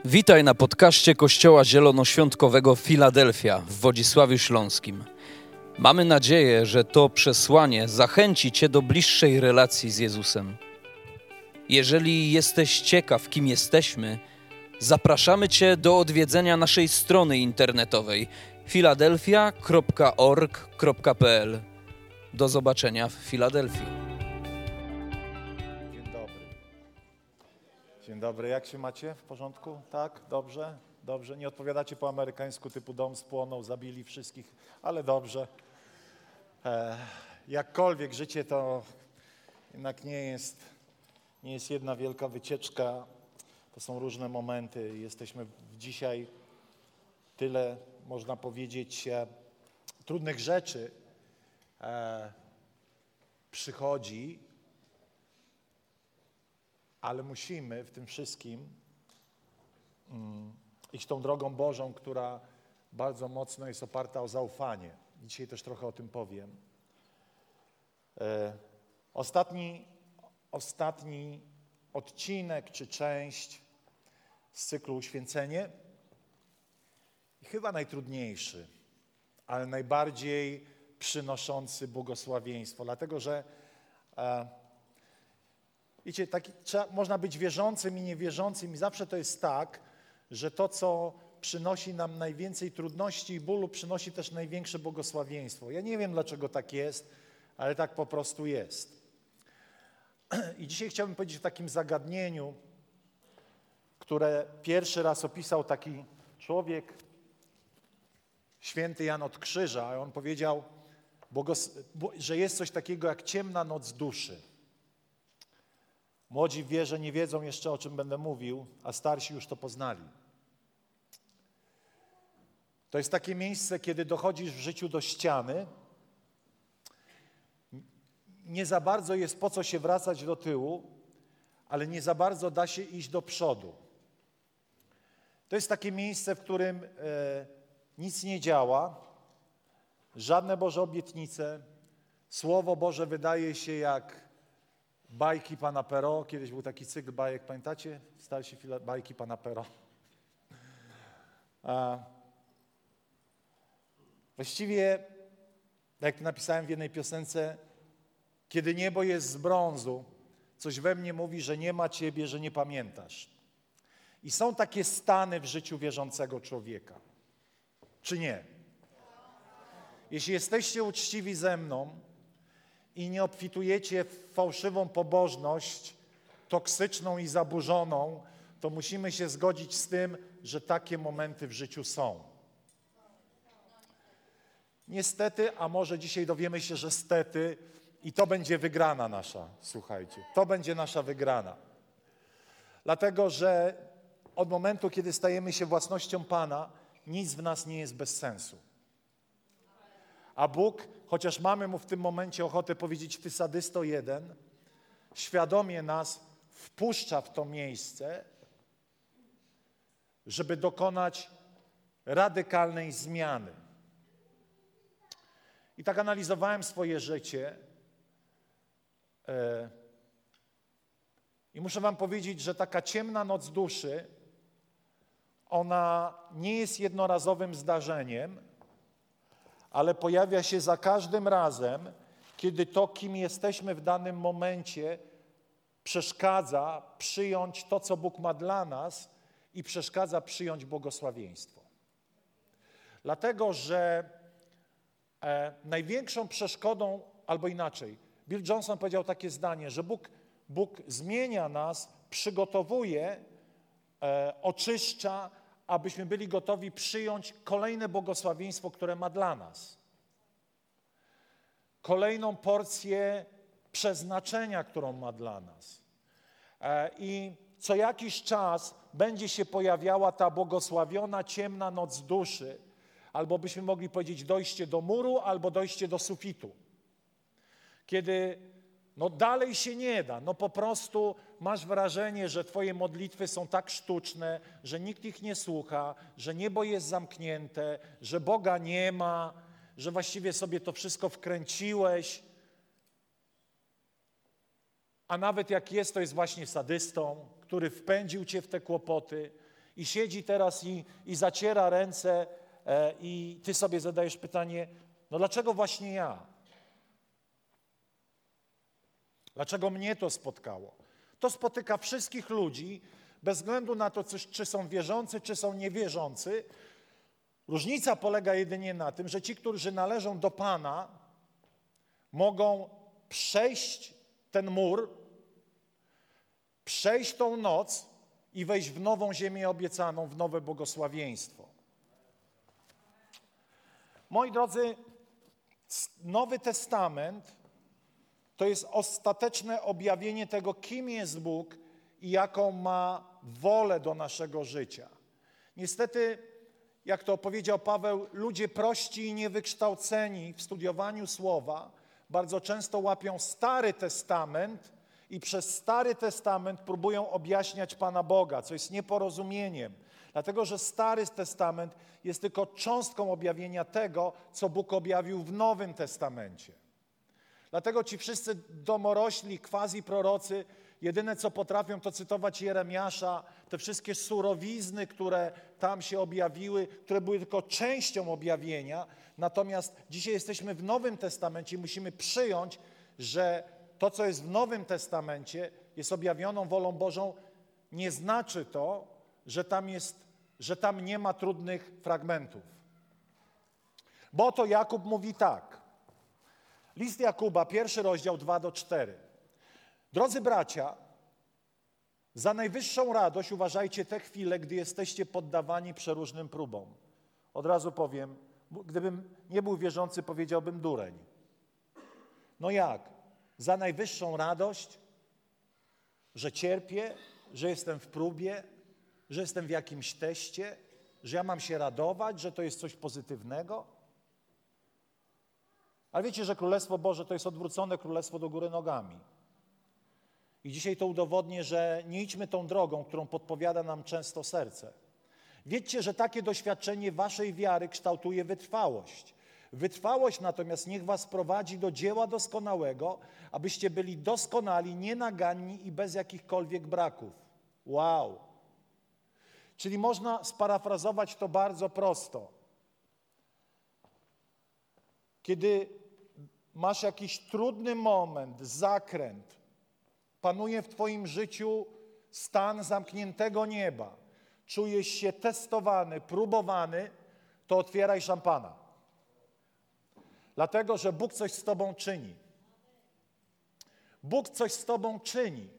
Witaj na podcaście Kościoła Zielonoświątkowego Filadelfia w Wodzisławiu Śląskim. Mamy nadzieję, że to przesłanie zachęci Cię do bliższej relacji z Jezusem. Jeżeli jesteś ciekaw, kim jesteśmy, zapraszamy Cię do odwiedzenia naszej strony internetowej filadelfia.org.pl. Do zobaczenia w Filadelfii. Dzień dobry, jak się macie? W porządku? Tak? Dobrze? Dobrze. Nie odpowiadacie po amerykańsku typu dom spłonął, zabili wszystkich, ale dobrze. Jakkolwiek życie to jednak nie jest jedna wielka wycieczka. To są różne momenty. Jesteśmy dzisiaj tyle, można powiedzieć, trudnych rzeczy przychodzi, ale musimy w tym wszystkim iść tą drogą Bożą, która bardzo mocno jest oparta o zaufanie. Dzisiaj też trochę o tym powiem. Ostatni odcinek czy część z cyklu Uświęcenie i chyba najtrudniejszy, ale najbardziej przynoszący błogosławieństwo, dlatego że wiecie, można być wierzącym i niewierzącym i zawsze to jest tak, że to, co przynosi nam najwięcej trudności i bólu, przynosi też największe błogosławieństwo. Ja nie wiem, dlaczego tak jest, ale tak po prostu jest. I dzisiaj chciałbym powiedzieć o takim zagadnieniu, które pierwszy raz opisał taki człowiek, święty Jan od Krzyża. On powiedział, że jest coś takiego jak ciemna noc duszy. Młodzi w wierze nie wiedzą jeszcze, o czym będę mówił, a starsi już to poznali. To jest takie miejsce, kiedy dochodzisz w życiu do ściany, nie za bardzo jest po co się wracać do tyłu, ale nie za bardzo da się iść do przodu. To jest takie miejsce, w którym nic nie działa, żadne Boże obietnice, Słowo Boże wydaje się jak bajki pana Pero. Kiedyś był taki cykl bajek, pamiętacie? Starsi bajki pana Pero. Właściwie, jak napisałem w jednej piosence, kiedy niebo jest z brązu, coś we mnie mówi, że nie ma Ciebie, że nie pamiętasz. I są takie stany w życiu wierzącego człowieka. Czy nie? Jeśli jesteście uczciwi ze mną, i nie obfitujecie w fałszywą pobożność, toksyczną i zaburzoną, to musimy się zgodzić z tym, że takie momenty w życiu są. Niestety, a może dzisiaj dowiemy się, że stety, i to będzie wygrana nasza, słuchajcie, to będzie nasza wygrana. Dlatego, że od momentu, kiedy stajemy się własnością Pana, nic w nas nie jest bez sensu. A Bóg, chociaż mamy Mu w tym momencie ochotę powiedzieć, Ty sadysto jeden, świadomie nas wpuszcza w to miejsce, żeby dokonać radykalnej zmiany. I tak analizowałem swoje życie i muszę wam powiedzieć, że taka ciemna noc duszy, ona nie jest jednorazowym zdarzeniem, ale pojawia się za każdym razem, kiedy to, kim jesteśmy w danym momencie, przeszkadza przyjąć to, co Bóg ma dla nas i przeszkadza przyjąć błogosławieństwo. Dlatego, że największą przeszkodą, albo inaczej, Bill Johnson powiedział takie zdanie, że Bóg zmienia nas, przygotowuje, oczyszcza, abyśmy byli gotowi przyjąć kolejne błogosławieństwo, które ma dla nas. Kolejną porcję przeznaczenia, którą ma dla nas. I co jakiś czas będzie się pojawiała ta błogosławiona, ciemna noc duszy, albo byśmy mogli powiedzieć dojście do muru, albo dojście do sufitu. Kiedy dalej się nie da, po prostu masz wrażenie, że twoje modlitwy są tak sztuczne, że nikt ich nie słucha, że niebo jest zamknięte, że Boga nie ma, że właściwie sobie to wszystko wkręciłeś, a nawet jak jest, to jest właśnie sadystą, który wpędził cię w te kłopoty i siedzi teraz i zaciera ręce i ty sobie zadajesz pytanie, no dlaczego właśnie ja? Dlaczego mnie to spotkało? To spotyka wszystkich ludzi, bez względu na to, czy są wierzący, czy są niewierzący. Różnica polega jedynie na tym, że ci, którzy należą do Pana, mogą przejść ten mur, przejść tą noc i wejść w nową ziemię obiecaną, w nowe błogosławieństwo. Moi drodzy, Nowy Testament to jest ostateczne objawienie tego, kim jest Bóg i jaką ma wolę do naszego życia. Niestety, jak to powiedział Paweł, ludzie prości i niewykształceni w studiowaniu Słowa bardzo często łapią Stary Testament i przez Stary Testament próbują objaśniać Pana Boga, co jest nieporozumieniem. Dlatego, że Stary Testament jest tylko cząstką objawienia tego, co Bóg objawił w Nowym Testamencie. Dlatego ci wszyscy domorośli, quasi-prorocy, jedyne co potrafią to cytować Jeremiasza, te wszystkie surowizny, które tam się objawiły, które były tylko częścią objawienia. Natomiast dzisiaj jesteśmy w Nowym Testamencie i musimy przyjąć, że to, co jest w Nowym Testamencie, jest objawioną wolą Bożą. Nie znaczy to, że tam nie ma trudnych fragmentów. Bo to Jakub mówi tak. List Jakuba, 1 rozdział, 2-4. Drodzy bracia, za najwyższą radość uważajcie te chwile, gdy jesteście poddawani przeróżnym próbom. Od razu powiem, gdybym nie był wierzący, powiedziałbym dureń. No jak? Za najwyższą radość, że cierpię, że jestem w próbie, że jestem w jakimś teście, że ja mam się radować, że to jest coś pozytywnego? Ale wiecie, że Królestwo Boże to jest odwrócone królestwo do góry nogami. I dzisiaj to udowodnię, że nie idźmy tą drogą, którą podpowiada nam często serce. Wiedzcie, że takie doświadczenie waszej wiary kształtuje wytrwałość. Wytrwałość natomiast niech was prowadzi do dzieła doskonałego, abyście byli doskonali, nienaganni i bez jakichkolwiek braków. Wow! Czyli można sparafrazować to bardzo prosto. Kiedy masz jakiś trudny moment, zakręt, panuje w twoim życiu stan zamkniętego nieba, czujesz się testowany, próbowany, to otwieraj szampana. Dlatego, że Bóg coś z tobą czyni. Bóg coś z tobą czyni.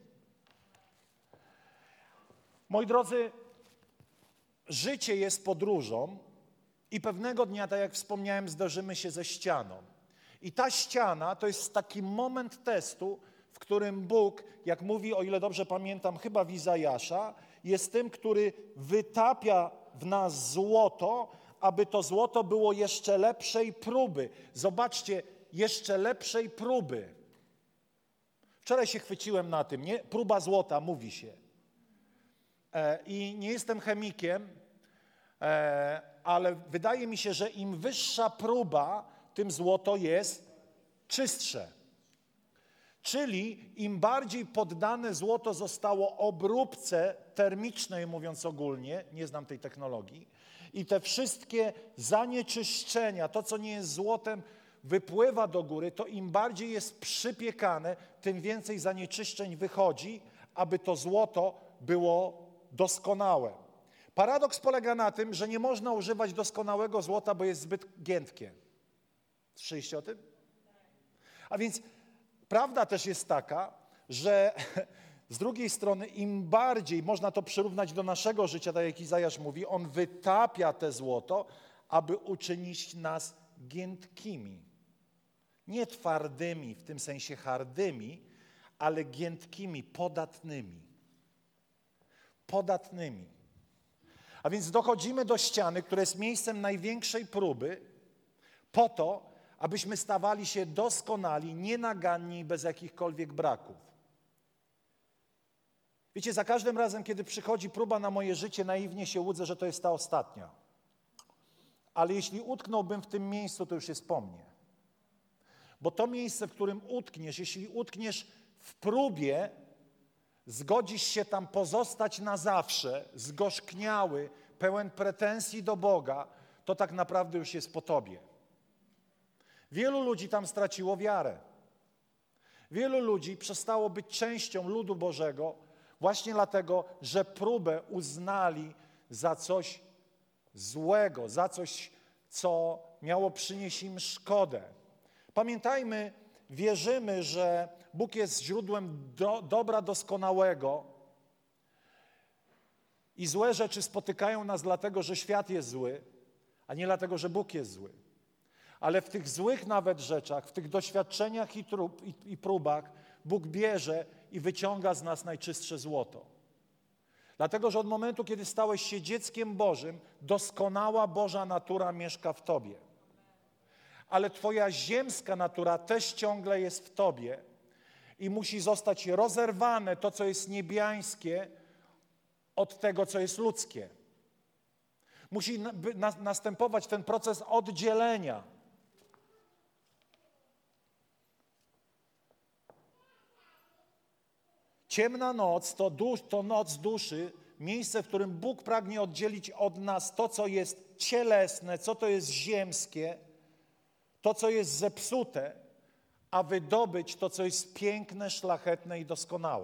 Moi drodzy, życie jest podróżą i pewnego dnia, tak jak wspomniałem, zderzymy się ze ścianą. I ta ściana to jest taki moment testu, w którym Bóg, jak mówi, o ile dobrze pamiętam, chyba w Izajasza, jest tym, który wytapia w nas złoto, aby to złoto było jeszcze lepszej próby. Zobaczcie, jeszcze lepszej próby. Wczoraj się chwyciłem na tym, nie? Próba złota, mówi się. I nie jestem chemikiem, ale wydaje mi się, że im wyższa próba, tym złoto jest czystsze. Czyli im bardziej poddane złoto zostało obróbce termicznej, mówiąc ogólnie, nie znam tej technologii, i te wszystkie zanieczyszczenia, to co nie jest złotem, wypływa do góry, to im bardziej jest przypiekane, tym więcej zanieczyszczeń wychodzi, aby to złoto było doskonałe. Paradoks polega na tym, że nie można używać doskonałego złota, bo jest zbyt giętkie. Słyszeliście o tym? A więc prawda też jest taka, że z drugiej strony im bardziej, można to przyrównać do naszego życia, tak jak Izajasz mówi, on wytapia te złoto, aby uczynić nas giętkimi. Nie twardymi, w tym sensie hardymi, ale giętkimi, podatnymi. Podatnymi. A więc dochodzimy do ściany, która jest miejscem największej próby, po to, abyśmy stawali się doskonali, nienaganni i bez jakichkolwiek braków. Wiecie, za każdym razem, kiedy przychodzi próba na moje życie, naiwnie się łudzę, że to jest ta ostatnia. Ale jeśli utknąłbym w tym miejscu, to już jest po mnie. Bo to miejsce, w którym utkniesz, jeśli utkniesz w próbie, zgodzisz się tam pozostać na zawsze, zgorzkniały, pełen pretensji do Boga, to tak naprawdę już jest po tobie. Wielu ludzi tam straciło wiarę. Wielu ludzi przestało być częścią ludu Bożego właśnie dlatego, że próbę uznali za coś złego, za coś, co miało przynieść im szkodę. Pamiętajmy, wierzymy, że Bóg jest źródłem dobra doskonałego i złe rzeczy spotykają nas dlatego, że świat jest zły, a nie dlatego, że Bóg jest zły. Ale w tych złych nawet rzeczach, w tych doświadczeniach i próbach Bóg bierze i wyciąga z nas najczystsze złoto. Dlatego, że od momentu, kiedy stałeś się dzieckiem Bożym, doskonała Boża natura mieszka w tobie. Ale twoja ziemska natura też ciągle jest w tobie i musi zostać rozerwane to, co jest niebiańskie, od tego, co jest ludzkie. Musi następować ten proces oddzielenia. Ciemna noc to noc duszy, miejsce, w którym Bóg pragnie oddzielić od nas to, co jest cielesne, co to jest ziemskie, to, co jest zepsute, a wydobyć to, co jest piękne, szlachetne i doskonałe.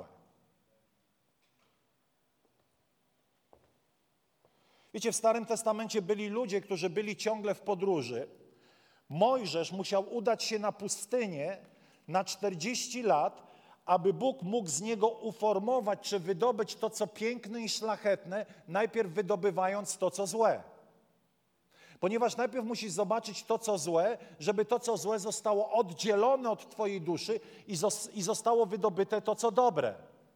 Wiecie, w Starym Testamencie byli ludzie, którzy byli ciągle w podróży. Mojżesz musiał udać się na pustynię na 40 lat, aby Bóg mógł z niego uformować, czy wydobyć to, co piękne i szlachetne, najpierw wydobywając to, co złe. Ponieważ najpierw musisz zobaczyć to, co złe, żeby to, co złe zostało oddzielone od twojej duszy i zostało wydobyte to, co dobre.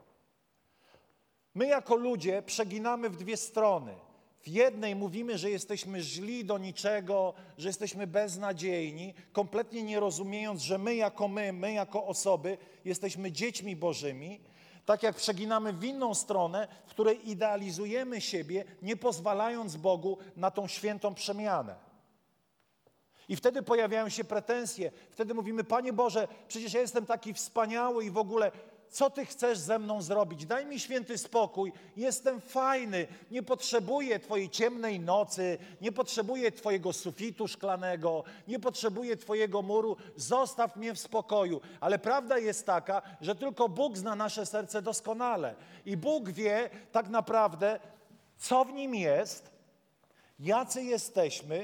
My jako ludzie przeginamy w dwie strony. W jednej mówimy, że jesteśmy źli do niczego, że jesteśmy beznadziejni, kompletnie nie rozumiejąc, że my jako osoby jesteśmy dziećmi Bożymi. Tak jak przeginamy w inną stronę, w której idealizujemy siebie, nie pozwalając Bogu na tą świętą przemianę. I wtedy pojawiają się pretensje. Wtedy mówimy, Panie Boże, przecież ja jestem taki wspaniały i w ogóle, co Ty chcesz ze mną zrobić? Daj mi święty spokój, jestem fajny, nie potrzebuję Twojej ciemnej nocy, nie potrzebuję Twojego sufitu szklanego, nie potrzebuję Twojego muru, zostaw mnie w spokoju. Ale prawda jest taka, że tylko Bóg zna nasze serce doskonale. I Bóg wie tak naprawdę, co w nim jest, jacy jesteśmy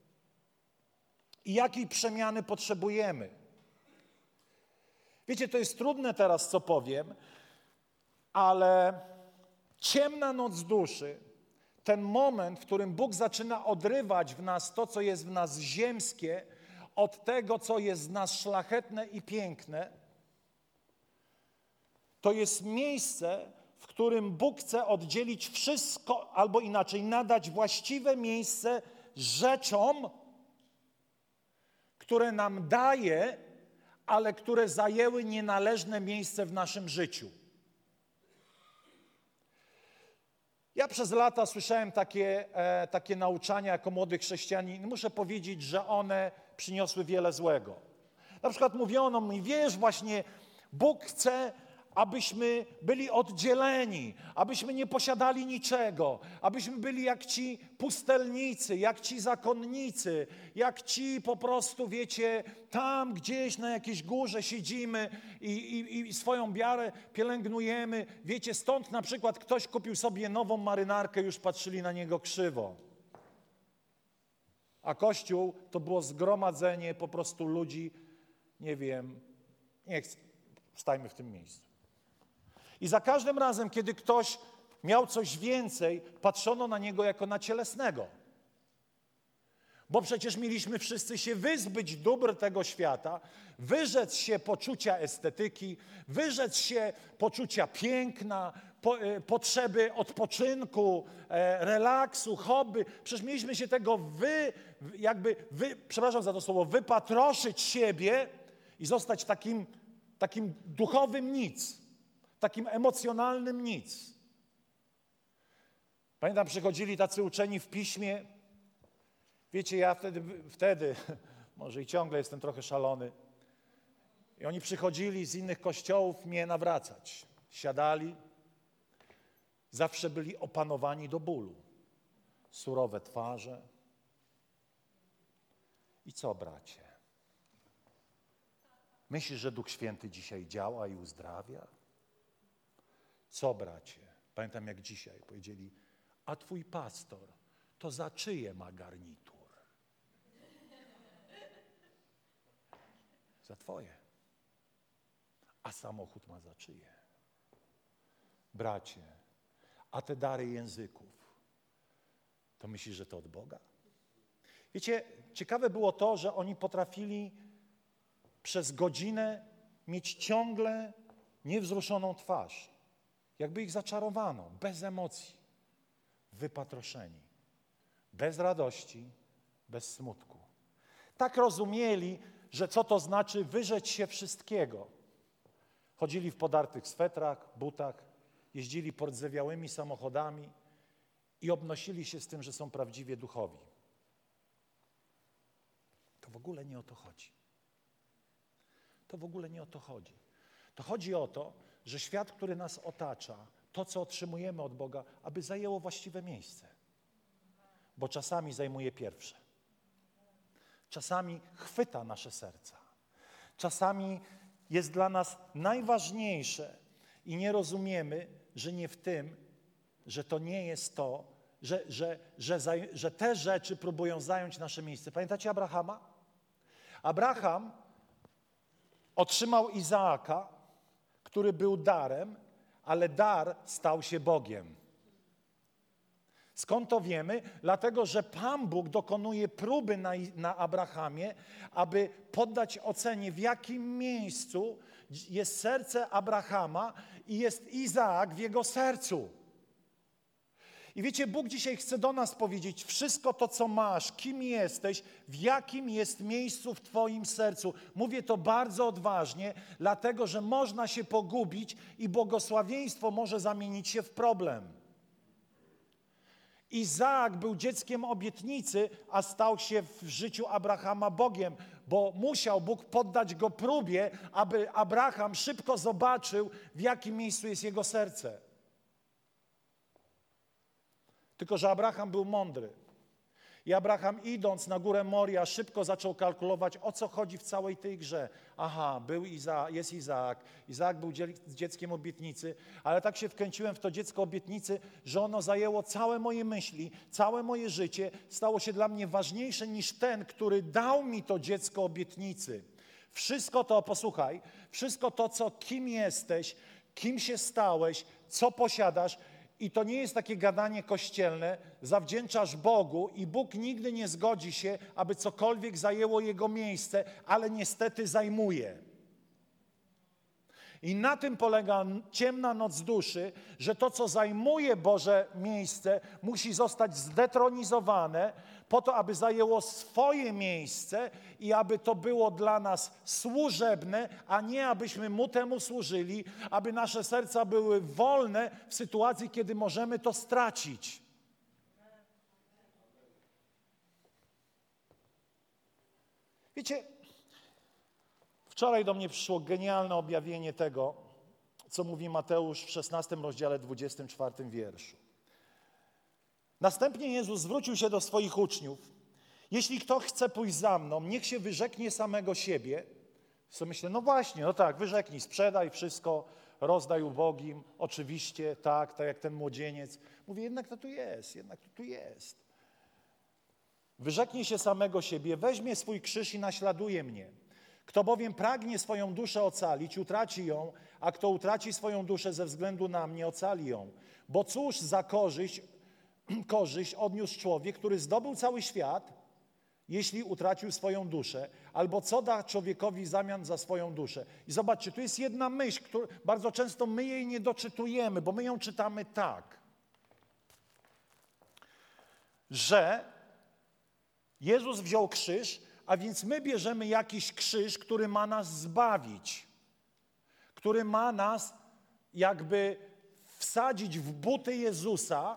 i jakiej przemiany potrzebujemy. Wiecie, to jest trudne teraz, co powiem, ale ciemna noc duszy, ten moment, w którym Bóg zaczyna odrywać w nas to, co jest w nas ziemskie, od tego, co jest w nas szlachetne i piękne, to jest miejsce, w którym Bóg chce oddzielić wszystko, albo inaczej, nadać właściwe miejsce rzeczom, które nam daje, ale które zajęły nienależne miejsce w naszym życiu. Ja przez lata słyszałem takie nauczania jako młody chrześcijanin. Muszę powiedzieć, że one przyniosły wiele złego. Na przykład mówiono mi, wiesz, właśnie Bóg chce, abyśmy byli oddzieleni, abyśmy nie posiadali niczego, abyśmy byli jak ci pustelnicy, jak ci zakonnicy, jak ci po prostu, wiecie, tam gdzieś na jakiejś górze siedzimy i swoją wiarę pielęgnujemy. Wiecie, stąd na przykład ktoś kupił sobie nową marynarkę, już patrzyli na niego krzywo. A Kościół to było zgromadzenie po prostu ludzi, nie wiem, nie chcę, stajmy w tym miejscu. I za każdym razem, kiedy ktoś miał coś więcej, patrzono na niego jako na cielesnego. Bo przecież mieliśmy wszyscy się wyzbyć dóbr tego świata, wyrzec się poczucia estetyki, wyrzec się poczucia piękna, potrzeby odpoczynku, relaksu, hobby. Przecież mieliśmy się tego przepraszam za to słowo, wypatroszyć siebie i zostać takim duchowym nic. Takim emocjonalnym nic. Pamiętam, przychodzili tacy uczeni w piśmie. Wiecie, ja wtedy, może i ciągle jestem trochę szalony, i oni przychodzili z innych kościołów mnie nawracać. Siadali Zawsze byli opanowani do bólu. Surowe twarze. I co, bracie? Myślisz, że Duch Święty dzisiaj działa i uzdrawia? Co, bracie? Pamiętam jak dzisiaj powiedzieli, a twój pastor to za czyje ma garnitur? Za twoje. A samochód ma za czyje? Bracie, a te dary języków, to myślisz, że to od Boga? Wiecie, ciekawe było to, że oni potrafili przez godzinę mieć ciągle niewzruszoną twarz. Jakby ich zaczarowano, bez emocji, wypatroszeni, bez radości, bez smutku. Tak rozumieli, że co to znaczy wyrzec się wszystkiego. Chodzili w podartych swetrach, butach, jeździli pordzewiałymi samochodami i obnosili się z tym, że są prawdziwie duchowi. To w ogóle nie o to chodzi. To w ogóle nie o to chodzi. To chodzi o to, że świat, który nas otacza, to, co otrzymujemy od Boga, aby zajęło właściwe miejsce. Bo czasami zajmuje pierwsze. Czasami chwyta nasze serca. Czasami jest dla nas najważniejsze i nie rozumiemy, że nie w tym, że to nie jest to, że te rzeczy próbują zająć nasze miejsce. Pamiętacie Abrahama? Abraham otrzymał Izaaka, który był darem, ale dar stał się Bogiem. Skąd to wiemy? Dlatego, że Pan Bóg dokonuje próby na Abrahamie, aby poddać ocenie, w jakim miejscu jest serce Abrahama i jest Izaak w jego sercu. I wiecie, Bóg dzisiaj chce do nas powiedzieć, wszystko to, co masz, kim jesteś, w jakim jest miejscu w twoim sercu. Mówię to bardzo odważnie, dlatego, że można się pogubić i błogosławieństwo może zamienić się w problem. Izaak był dzieckiem obietnicy, a stał się w życiu Abrahama Bogiem, bo musiał Bóg poddać go próbie, aby Abraham szybko zobaczył, w jakim miejscu jest jego serce. Tylko że Abraham był mądry. I Abraham, idąc na górę Moria, szybko zaczął kalkulować, o co chodzi w całej tej grze. Aha, jest Izaak. Izaak był dzieckiem obietnicy, ale tak się wkręciłem w to dziecko obietnicy, że ono zajęło całe moje myśli, całe moje życie. Stało się dla mnie ważniejsze niż ten, który dał mi to dziecko obietnicy. Wszystko to, posłuchaj, wszystko to, kim jesteś, kim się stałeś, co posiadasz, i to nie jest takie gadanie kościelne, zawdzięczasz Bogu i Bóg nigdy nie zgodzi się, aby cokolwiek zajęło Jego miejsce, ale niestety zajmuje. I na tym polega ciemna noc duszy, że to, co zajmuje Boże miejsce, musi zostać zdetronizowane po to, aby zajęło swoje miejsce i aby to było dla nas służebne, a nie abyśmy Mu temu służyli, aby nasze serca były wolne w sytuacji, kiedy możemy to stracić. Wiecie, wczoraj do mnie przyszło genialne objawienie tego, co mówi Mateusz w 16 rozdziale 24 wierszu. Następnie Jezus zwrócił się do swoich uczniów. Jeśli kto chce pójść za mną, niech się wyrzeknie samego siebie. Co myślę, no właśnie, no tak, wyrzeknij, sprzedaj wszystko, rozdaj ubogim. Oczywiście, tak jak ten młodzieniec. Mówię, jednak to tu jest. Wyrzeknie się samego siebie, weźmie swój krzyż i naśladuje mnie. Kto bowiem pragnie swoją duszę ocalić, utraci ją, a kto utraci swoją duszę ze względu na mnie, ocali ją. Bo cóż za korzyść odniósł człowiek, który zdobył cały świat, jeśli utracił swoją duszę, albo co da człowiekowi w zamian za swoją duszę. I zobaczcie, tu jest jedna myśl, którą bardzo często my jej nie doczytujemy, bo my ją czytamy tak, że Jezus wziął krzyż, a więc my bierzemy jakiś krzyż, który ma nas zbawić, który ma nas jakby wsadzić w buty Jezusa,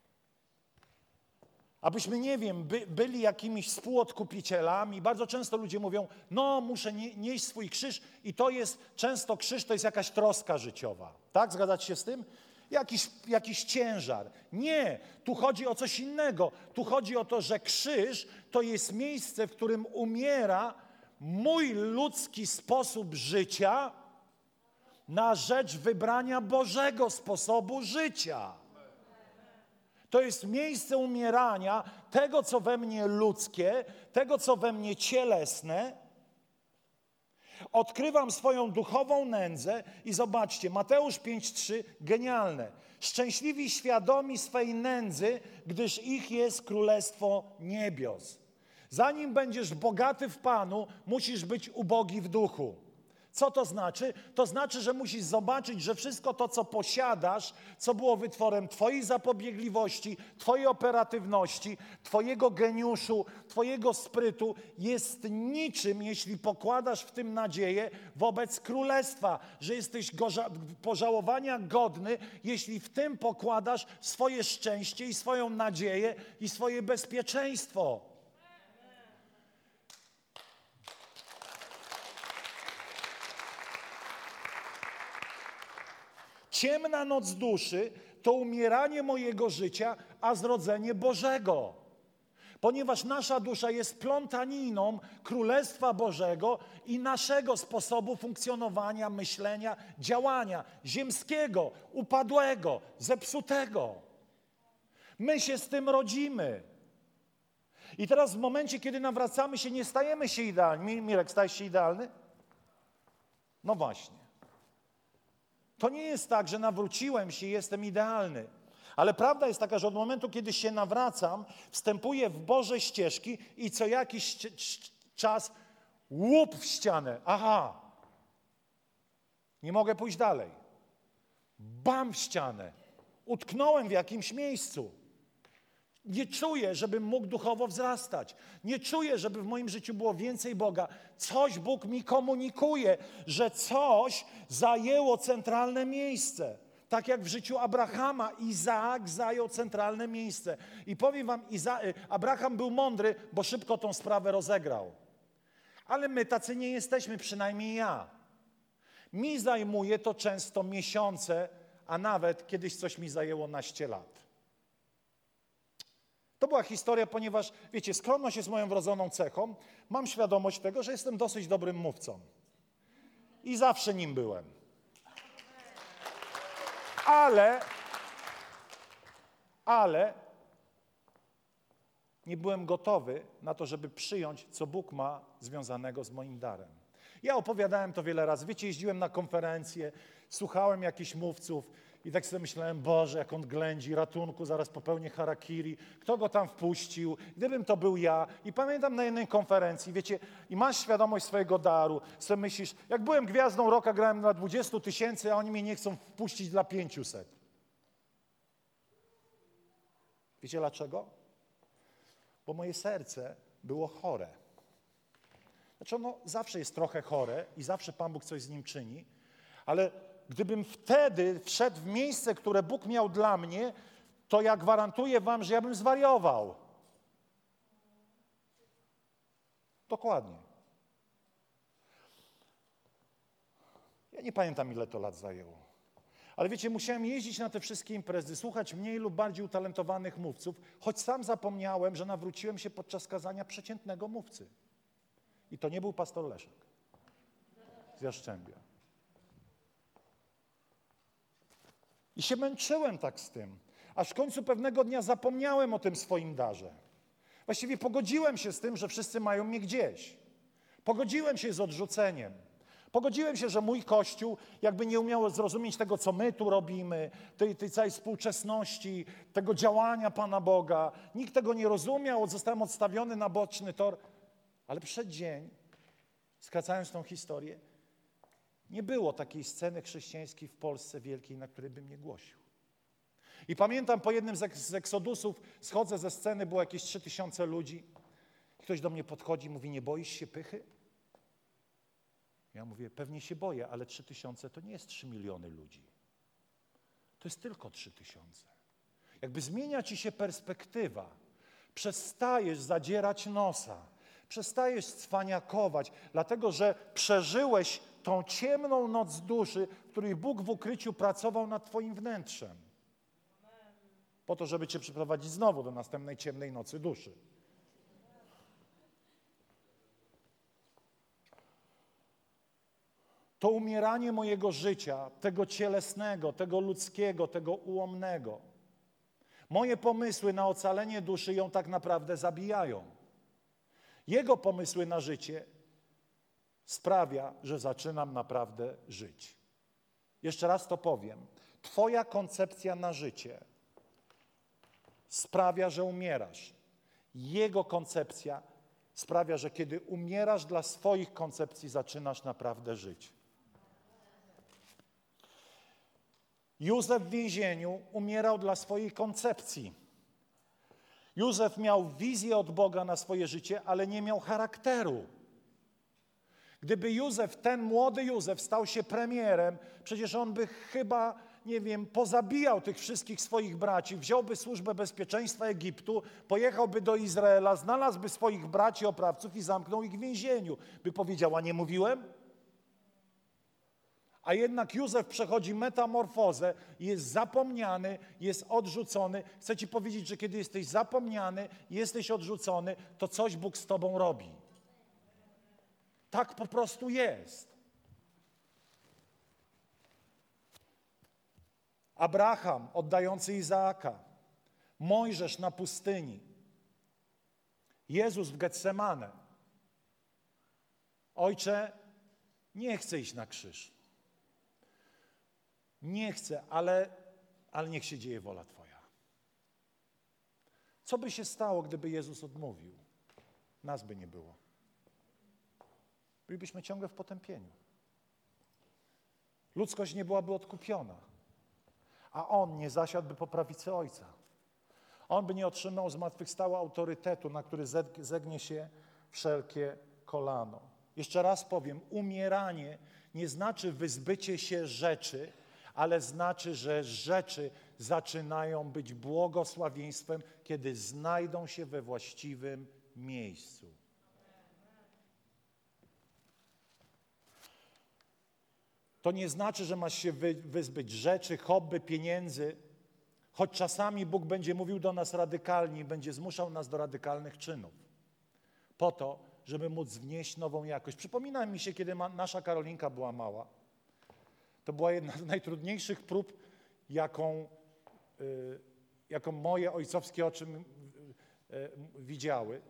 abyśmy, nie wiem, byli jakimiś współodkupicielami. Bardzo często ludzie mówią, no muszę nieść swój krzyż i to jest, często krzyż to jest jakaś troska życiowa. Tak? Zgadzacie się z tym? jakiś ciężar. Nie, tu chodzi o coś innego. Tu chodzi o to, że krzyż to jest miejsce, w którym umiera mój ludzki sposób życia na rzecz wybrania Bożego sposobu życia. To jest miejsce umierania tego, co we mnie ludzkie, tego, co we mnie cielesne. Odkrywam swoją duchową nędzę i zobaczcie, Mateusz 5:3, genialne. Szczęśliwi świadomi swej nędzy, gdyż ich jest Królestwo Niebios. Zanim będziesz bogaty w Panu, musisz być ubogi w duchu. Co to znaczy? To znaczy, że musisz zobaczyć, że wszystko to, co posiadasz, co było wytworem Twojej zapobiegliwości, Twojej operatywności, Twojego geniuszu, Twojego sprytu, jest niczym, jeśli pokładasz w tym nadzieję wobec Królestwa, że jesteś pożałowania godny, jeśli w tym pokładasz swoje szczęście i swoją nadzieję i swoje bezpieczeństwo. Ciemna noc duszy to umieranie mojego życia, a zrodzenie Bożego. Ponieważ nasza dusza jest plątaniną Królestwa Bożego i naszego sposobu funkcjonowania, myślenia, działania ziemskiego, upadłego, zepsutego. My się z tym rodzimy. I teraz w momencie, kiedy nawracamy się, nie stajemy się idealni. Mirek, stajesz się idealny? No właśnie. To nie jest tak, że nawróciłem się i jestem idealny. Ale prawda jest taka, że od momentu, kiedy się nawracam, wstępuję w Boże ścieżki i co jakiś czas łup w ścianę. Aha, nie mogę pójść dalej. Bam w ścianę. Utknąłem w jakimś miejscu. Nie czuję, żebym mógł duchowo wzrastać. Nie czuję, żeby w moim życiu było więcej Boga. Coś Bóg mi komunikuje, że coś zajęło centralne miejsce. Tak jak w życiu Abrahama, Izaak zajął centralne miejsce. I powiem wam, Abraham był mądry, bo szybko tą sprawę rozegrał. Ale my tacy nie jesteśmy, przynajmniej ja. Mi zajmuje to często miesiące, a nawet kiedyś coś mi zajęło naście lat. To była historia, ponieważ, wiecie, skromność jest moją wrodzoną cechą. Mam świadomość tego, że jestem dosyć dobrym mówcą. I zawsze nim byłem. Ale nie byłem gotowy na to, żeby przyjąć, co Bóg ma związanego z moim darem. Ja opowiadałem to wiele razy. Wiecie, jeździłem na konferencje, słuchałem jakichś mówców i tak sobie myślałem, Boże, jak on ględzi, ratunku, zaraz popełnię harakiri. Kto go tam wpuścił? Gdybym to był ja. I pamiętam na jednej konferencji, wiecie, i masz świadomość swojego daru, sobie myślisz, jak byłem gwiazdą rocka, grałem na 20 000, a oni mnie nie chcą wpuścić dla 500. Wiecie dlaczego? Bo moje serce było chore. Znaczy ono zawsze jest trochę chore i zawsze Pan Bóg coś z nim czyni, ale gdybym wtedy wszedł w miejsce, które Bóg miał dla mnie, to ja gwarantuję wam, że ja bym zwariował. Dokładnie. Ja nie pamiętam, ile to lat zajęło. Ale wiecie, musiałem jeździć na te wszystkie imprezy, słuchać mniej lub bardziej utalentowanych mówców, choć sam zapomniałem, że nawróciłem się podczas kazania przeciętnego mówcy. I to nie był pastor Leszek z Jastrzębia. I się męczyłem tak z tym, aż w końcu pewnego dnia zapomniałem o tym swoim darze. Właściwie pogodziłem się z tym, że wszyscy mają mnie gdzieś. Pogodziłem się z odrzuceniem. Pogodziłem się, że mój Kościół jakby nie umiał zrozumieć tego, co my tu robimy, tej całej współczesności, tego działania Pana Boga. Nikt tego nie rozumiał, zostałem odstawiony na boczny tor. Ale przed dzień, skracając tą historię, nie było takiej sceny chrześcijańskiej w Polsce wielkiej, na której bym nie głosił. I pamiętam, po jednym z eksodusów schodzę ze sceny, było jakieś 3000 ludzi. Ktoś do mnie podchodzi i mówi, nie boisz się pychy? Ja mówię, pewnie się boję, ale 3000 to nie jest 3 miliony ludzi. To jest tylko 3000. Jakby zmienia ci się perspektywa. Przestajesz zadzierać nosa. Przestajesz cwaniakować, dlatego że przeżyłeś tą ciemną noc duszy, w której Bóg w ukryciu pracował nad twoim wnętrzem. Po to, żeby cię przyprowadzić znowu do następnej ciemnej nocy duszy. To umieranie mojego życia, tego cielesnego, tego ludzkiego, tego ułomnego. Moje pomysły na ocalenie duszy ją tak naprawdę zabijają. Jego pomysły na życie sprawia, że zaczynam naprawdę żyć. Jeszcze raz to powiem. Twoja koncepcja na życie sprawia, że umierasz. Jego koncepcja sprawia, że kiedy umierasz dla swoich koncepcji, zaczynasz naprawdę żyć. Józef w więzieniu umierał dla swojej koncepcji. Józef miał wizję od Boga na swoje życie, ale nie miał charakteru. Gdyby Józef, ten młody Józef stał się premierem, przecież on by chyba, nie wiem, pozabijał tych wszystkich swoich braci, wziąłby służbę bezpieczeństwa Egiptu, pojechałby do Izraela, znalazłby swoich braci oprawców i zamknął ich w więzieniu. By powiedział, a nie mówiłem? A jednak Józef przechodzi metamorfozę, jest zapomniany, jest odrzucony. Chcę ci powiedzieć, że kiedy jesteś zapomniany, jesteś odrzucony, to coś Bóg z tobą robi. Tak po prostu jest. Abraham oddający Izaaka, Mojżesz na pustyni, Jezus w Getsemane. Ojcze, nie chcę iść na krzyż. Nie chcę, ale niech się dzieje wola Twoja. Co by się stało, gdyby Jezus odmówił? Nas by nie było. Bylibyśmy ciągle w potępieniu. Ludzkość nie byłaby odkupiona. A On nie zasiadłby po prawicy Ojca. On by nie otrzymał zmartwychwstałego autorytetu, na który zegnie się wszelkie kolano. Jeszcze raz powiem, umieranie nie znaczy wyzbycie się rzeczy, ale znaczy, że rzeczy zaczynają być błogosławieństwem, kiedy znajdą się we właściwym miejscu. To nie znaczy, że masz się wyzbyć rzeczy, hobby, pieniędzy, choć czasami Bóg będzie mówił do nas radykalnie i będzie zmuszał nas do radykalnych czynów. Po to, żeby móc wnieść nową jakość. Przypomina mi się, kiedy nasza Karolinka była mała. To była jedna z najtrudniejszych prób, jaką moje ojcowskie oczy widziały.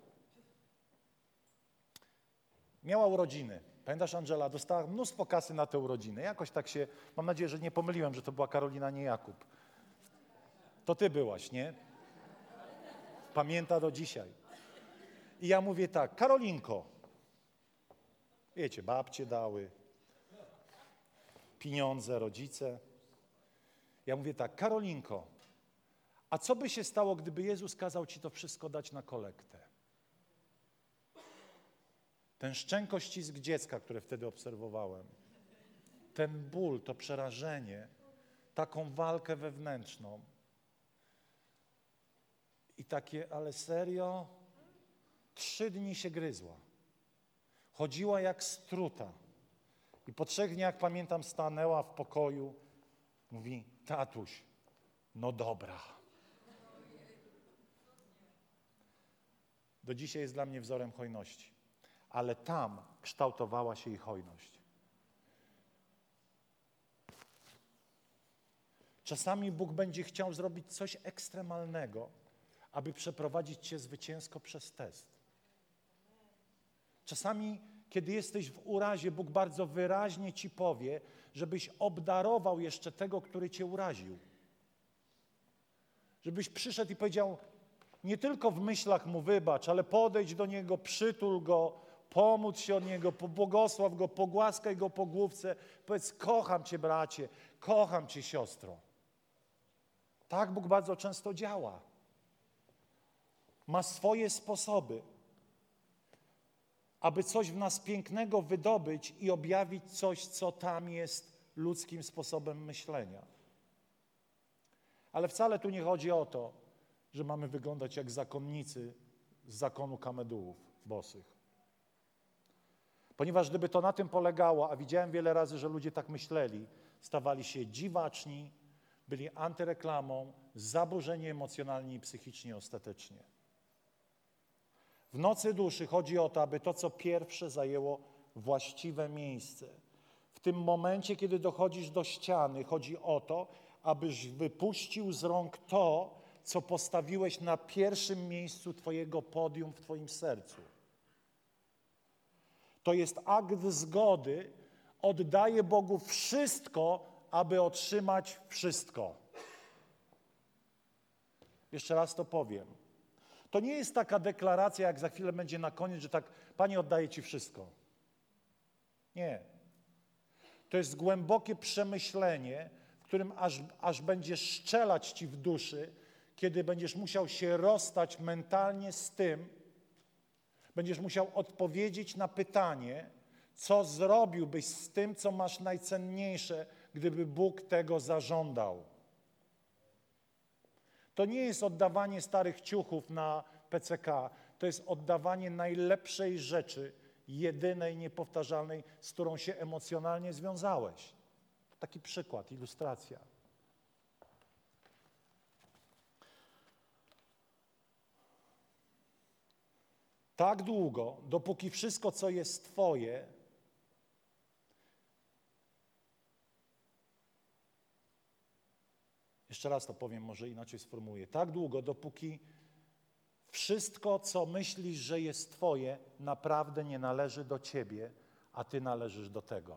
Miała urodziny. Pamiętasz, Angela? Dostała mnóstwo kasy na te urodziny. Jakoś tak się, mam nadzieję, że nie pomyliłem, że to była Karolina, nie Jakub. To ty byłaś, nie? Pamięta do dzisiaj. I ja mówię tak, Karolinko, wiecie, babcie dały, pieniądze, rodzice. Ja mówię tak, Karolinko, a co by się stało, gdyby Jezus kazał ci to wszystko dać na kolektę? Ten szczękościsk dziecka, które wtedy obserwowałem, ten ból, to przerażenie, taką walkę wewnętrzną i takie, ale serio? 3 dni się gryzła. Chodziła jak struta. I po 3 dniach, pamiętam, stanęła w pokoju, mówi, tatuś, no dobra. Do dzisiaj jest dla mnie wzorem hojności. Ale tam kształtowała się jej hojność. Czasami Bóg będzie chciał zrobić coś ekstremalnego, aby przeprowadzić cię zwycięsko przez test. Czasami, kiedy jesteś w urazie, Bóg bardzo wyraźnie ci powie, żebyś obdarował jeszcze tego, który cię uraził. Żebyś przyszedł i powiedział, nie tylko w myślach mu wybacz, ale podejdź do niego, przytul go, pomódl się od niego, pobłogosław go, pogłaskaj go po główce. Powiedz, kocham cię, bracie, kocham cię, siostro. Tak Bóg bardzo często działa. Ma swoje sposoby, aby coś w nas pięknego wydobyć i objawić coś, co tam jest ludzkim sposobem myślenia. Ale wcale tu nie chodzi o to, że mamy wyglądać jak zakonnicy z zakonu kamedułów bosych. Ponieważ gdyby to na tym polegało, a widziałem wiele razy, że ludzie tak myśleli, stawali się dziwaczni, byli antyreklamą, zaburzeni emocjonalnie i psychicznie ostatecznie. W nocy duszy chodzi o to, aby to, co pierwsze, zajęło właściwe miejsce. W tym momencie, kiedy dochodzisz do ściany, chodzi o to, abyś wypuścił z rąk to, co postawiłeś na pierwszym miejscu twojego podium w twoim sercu. To jest akt zgody, oddaję Bogu wszystko, aby otrzymać wszystko. Jeszcze raz to powiem. To nie jest taka deklaracja, jak za chwilę będzie na koniec, że tak, Panie, oddaję Ci wszystko. Nie. To jest głębokie przemyślenie, w którym aż będzie szczelać Ci w duszy, kiedy będziesz musiał się rozstać mentalnie z tym, będziesz musiał odpowiedzieć na pytanie, co zrobiłbyś z tym, co masz najcenniejsze, gdyby Bóg tego zażądał. To nie jest oddawanie starych ciuchów na PCK, to jest oddawanie najlepszej rzeczy, jedynej, niepowtarzalnej, z którą się emocjonalnie związałeś. Taki przykład, ilustracja. Tak długo, dopóki wszystko, co jest Twoje, jeszcze raz to powiem, może inaczej sformułuję. Tak długo, dopóki wszystko, co myślisz, że jest Twoje, naprawdę nie należy do Ciebie, a Ty należysz do tego.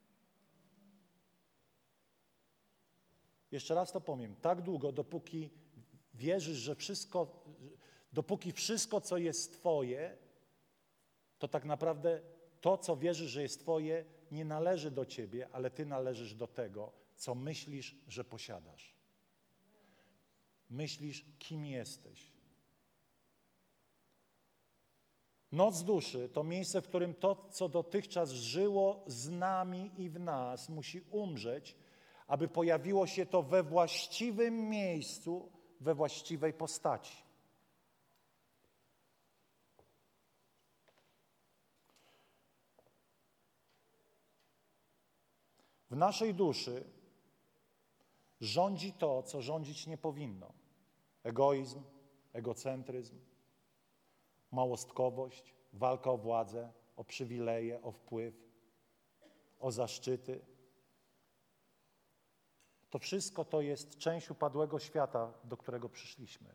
Jeszcze raz to powiem. Tak długo, dopóki wierzysz, że dopóki wszystko, co jest Twoje, to tak naprawdę to, co wierzysz, że jest Twoje, nie należy do Ciebie, ale Ty należysz do tego, co myślisz, że posiadasz. Myślisz, kim jesteś. Noc duszy to miejsce, w którym to, co dotychczas żyło z nami i w nas, musi umrzeć, aby pojawiło się to we właściwym miejscu, we właściwej postaci. W naszej duszy rządzi to, co rządzić nie powinno. Egoizm, egocentryzm, małostkowość, walka o władzę, o przywileje, o wpływ, o zaszczyty. To wszystko to jest część upadłego świata, do którego przyszliśmy.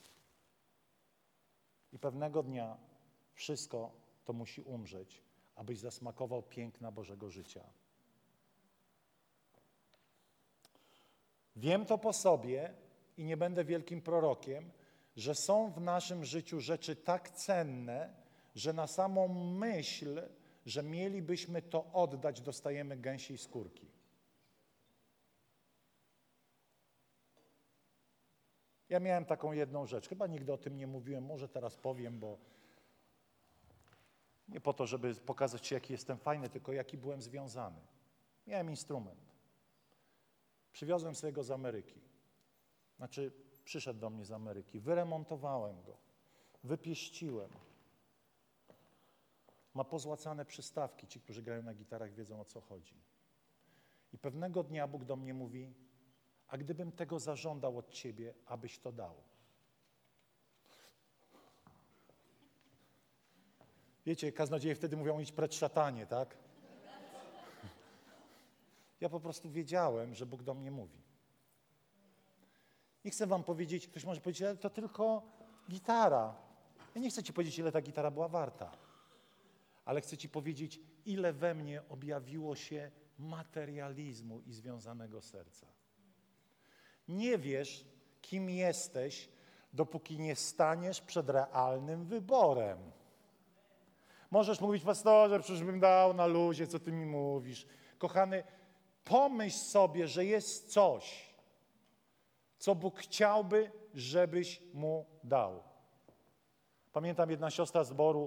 I pewnego dnia wszystko to musi umrzeć, abyś zasmakował piękna Bożego życia. Wiem to po sobie i nie będę wielkim prorokiem, że są w naszym życiu rzeczy tak cenne, że na samą myśl, że mielibyśmy to oddać, dostajemy gęsiej skórki. Ja miałem taką jedną rzecz, chyba nigdy o tym nie mówiłem, może teraz powiem, bo nie po to, żeby pokazać Ci, jaki jestem fajny, tylko jaki byłem związany. Miałem instrument. Przywiozłem sobie go z Ameryki. Znaczy, przyszedł do mnie z Ameryki. Wyremontowałem go. Wypieściłem. Ma pozłacane przystawki. Ci, którzy grają na gitarach, wiedzą, o co chodzi. I pewnego dnia Bóg do mnie mówi, a gdybym tego zażądał od Ciebie, abyś to dał. Wiecie, kaznodzieje wtedy mówią, idź precz szatanie, tak? Ja po prostu wiedziałem, że Bóg do mnie mówi. Nie chcę wam powiedzieć, ktoś może powiedzieć, ale to tylko gitara. Ja nie chcę ci powiedzieć, ile ta gitara była warta, ale chcę ci powiedzieć, ile we mnie objawiło się materializmu i związanego serca. Nie wiesz, kim jesteś, dopóki nie staniesz przed realnym wyborem. Możesz mówić, pastorze, przecież bym dał na luzie, co ty mi mówisz. Kochany, pomyśl sobie, że jest coś, co Bóg chciałby, żebyś mu dał. Pamiętam, jedna siostra zboru,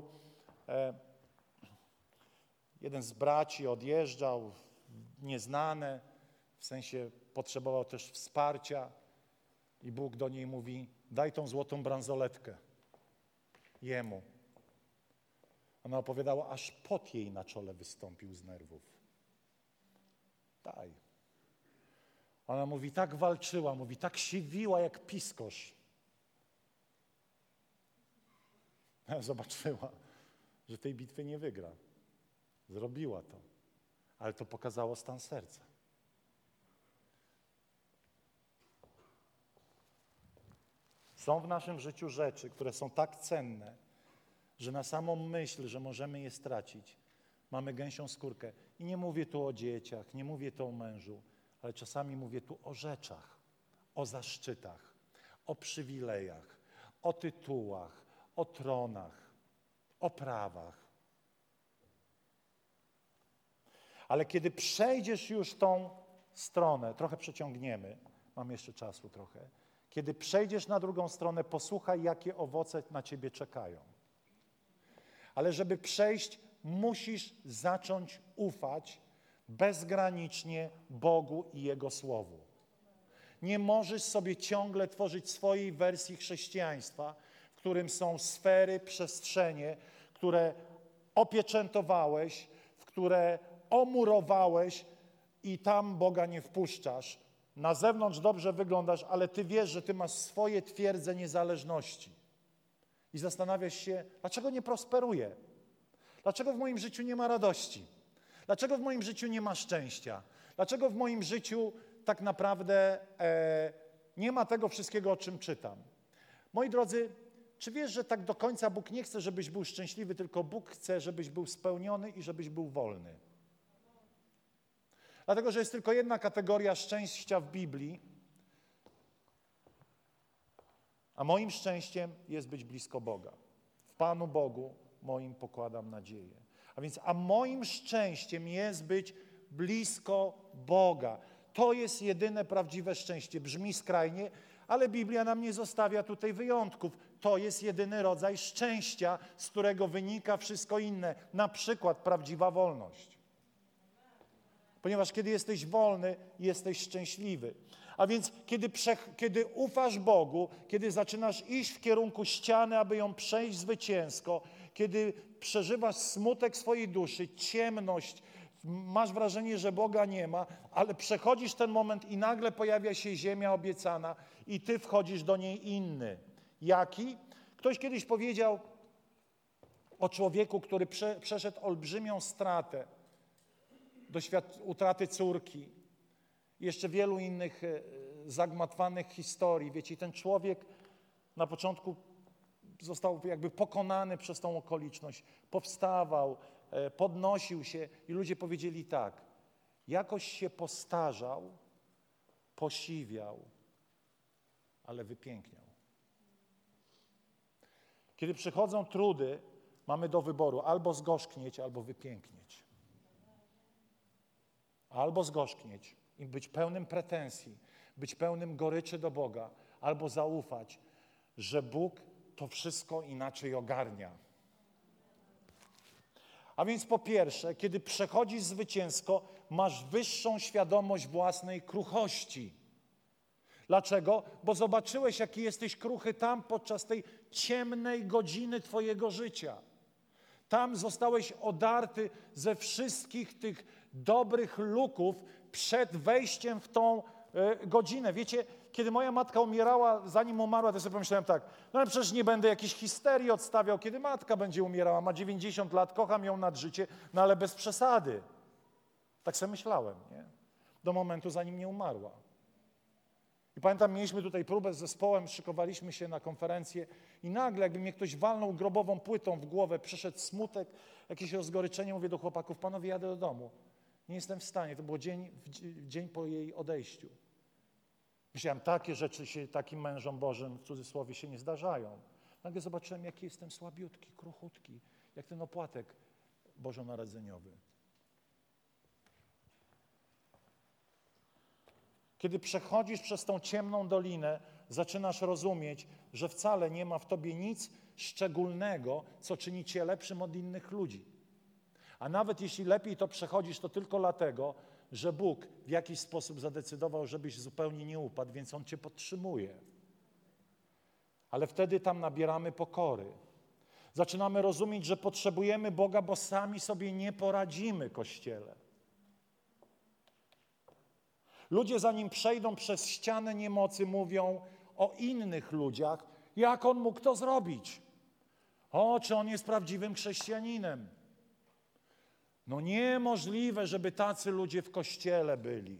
jeden z braci odjeżdżał, nieznane, w sensie potrzebował też wsparcia i Bóg do niej mówi, daj tą złotą bransoletkę jemu. Ona opowiadała, aż pot jej na czole wystąpił z nerwów. Daj. Ona mówi, tak walczyła, mówi, tak siwiła jak piskosz. Zobaczyła, że tej bitwy nie wygra. Zrobiła to. Ale to pokazało stan serca. Są w naszym życiu rzeczy, które są tak cenne, że na samą myśl, że możemy je stracić, mamy gęsią skórkę. I nie mówię tu o dzieciach, nie mówię tu o mężu, ale czasami mówię tu o rzeczach, o zaszczytach, o przywilejach, o tytułach, o tronach, o prawach. Ale kiedy przejdziesz już tą stronę, trochę przeciągniemy, mam jeszcze czasu trochę, kiedy przejdziesz na drugą stronę, posłuchaj, jakie owoce na ciebie czekają. Ale żeby przejść, musisz zacząć ufać bezgranicznie Bogu i Jego Słowu. Nie możesz sobie ciągle tworzyć swojej wersji chrześcijaństwa, w którym są sfery, przestrzenie, które opieczętowałeś, w które omurowałeś i tam Boga nie wpuszczasz. Na zewnątrz dobrze wyglądasz, ale ty wiesz, że ty masz swoje twierdze niezależności. I zastanawiasz się, dlaczego nie prosperuję? Dlaczego w moim życiu nie ma radości? Dlaczego w moim życiu nie ma szczęścia? Dlaczego w moim życiu tak naprawdę nie ma tego wszystkiego, o czym czytam? Moi drodzy, czy wiesz, że tak do końca Bóg nie chce, żebyś był szczęśliwy, tylko Bóg chce, żebyś był spełniony i żebyś był wolny? Dlatego, że jest tylko jedna kategoria szczęścia w Biblii, a moim szczęściem jest być blisko Boga. W Panu Bogu moim pokładam nadzieję. A moim szczęściem jest być blisko Boga. To jest jedyne prawdziwe szczęście. Brzmi skrajnie, ale Biblia nam nie zostawia tutaj wyjątków. To jest jedyny rodzaj szczęścia, z którego wynika wszystko inne. Na przykład prawdziwa wolność. Ponieważ kiedy jesteś wolny, jesteś szczęśliwy. A więc kiedy ufasz Bogu, kiedy zaczynasz iść w kierunku ściany, aby ją przejść zwycięsko, kiedy przeżywasz smutek swojej duszy, ciemność, masz wrażenie, że Boga nie ma, ale przechodzisz ten moment i nagle pojawia się ziemia obiecana i ty wchodzisz do niej inny. Jaki? Ktoś kiedyś powiedział o człowieku, który przeszedł olbrzymią stratę, utraty córki, jeszcze wielu innych zagmatwanych historii. Wiecie, i ten człowiek na początku został jakby pokonany przez tą okoliczność. Powstawał, podnosił się i ludzie powiedzieli tak, jakoś się postarzał, posiwiał, ale wypiękniał. Kiedy przychodzą trudy, mamy do wyboru albo zgorzknieć, albo wypięknieć. Albo zgorzknieć i być pełnym pretensji, być pełnym goryczy do Boga, albo zaufać, że Bóg to wszystko inaczej ogarnia. A więc po pierwsze, kiedy przechodzisz zwycięsko, masz wyższą świadomość własnej kruchości. Dlaczego? Bo zobaczyłeś, jaki jesteś kruchy tam podczas tej ciemnej godziny twojego życia. Tam zostałeś odarty ze wszystkich tych dobrych luków przed wejściem w tą godzinę. Wiecie, kiedy moja matka umierała, zanim umarła, to sobie pomyślałem tak, no ale przecież nie będę jakiejś histerii odstawiał, kiedy matka będzie umierała, ma 90 lat, kocham ją nad życie, no ale bez przesady. Tak sobie myślałem, nie? Do momentu, zanim nie umarła. I pamiętam, mieliśmy tutaj próbę z zespołem, szykowaliśmy się na konferencję i nagle, jakby mnie ktoś walnął grobową płytą w głowę, przyszedł smutek, jakieś rozgoryczenie, mówię do chłopaków, panowie, jadę do domu. Nie jestem w stanie, to było dzień po jej odejściu. Myślałem, takie rzeczy się takim mężom Bożym, w cudzysłowie, się nie zdarzają. Nagle zobaczyłem, jaki jestem słabiutki, kruchutki, jak ten opłatek bożonarodzeniowy. Kiedy przechodzisz przez tą ciemną dolinę, zaczynasz rozumieć, że wcale nie ma w tobie nic szczególnego, co czyni cię lepszym od innych ludzi. A nawet jeśli lepiej to przechodzisz, to tylko dlatego, że Bóg w jakiś sposób zadecydował, żebyś zupełnie nie upadł, więc On cię podtrzymuje. Ale wtedy tam nabieramy pokory. Zaczynamy rozumieć, że potrzebujemy Boga, bo sami sobie nie poradzimy, Kościele. Ludzie, zanim przejdą przez ścianę niemocy, mówią o innych ludziach, jak on mógł to zrobić. O, czy on jest prawdziwym chrześcijaninem. No niemożliwe, żeby tacy ludzie w Kościele byli.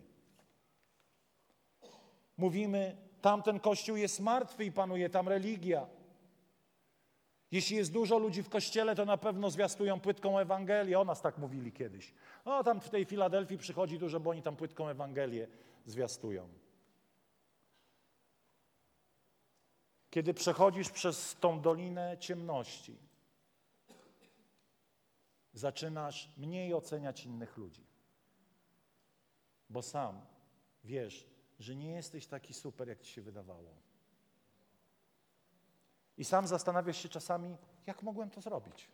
Mówimy, tamten Kościół jest martwy i panuje tam religia. Jeśli jest dużo ludzi w Kościele, to na pewno zwiastują płytką Ewangelię. O nas tak mówili kiedyś. O, tam w tej Filadelfii przychodzi dużo, bo oni tam płytką Ewangelię zwiastują. Kiedy przechodzisz przez tą dolinę ciemności, zaczynasz mniej oceniać innych ludzi. Bo sam wiesz, że nie jesteś taki super, jak ci się wydawało. I sam zastanawiasz się czasami, jak mogłem to zrobić.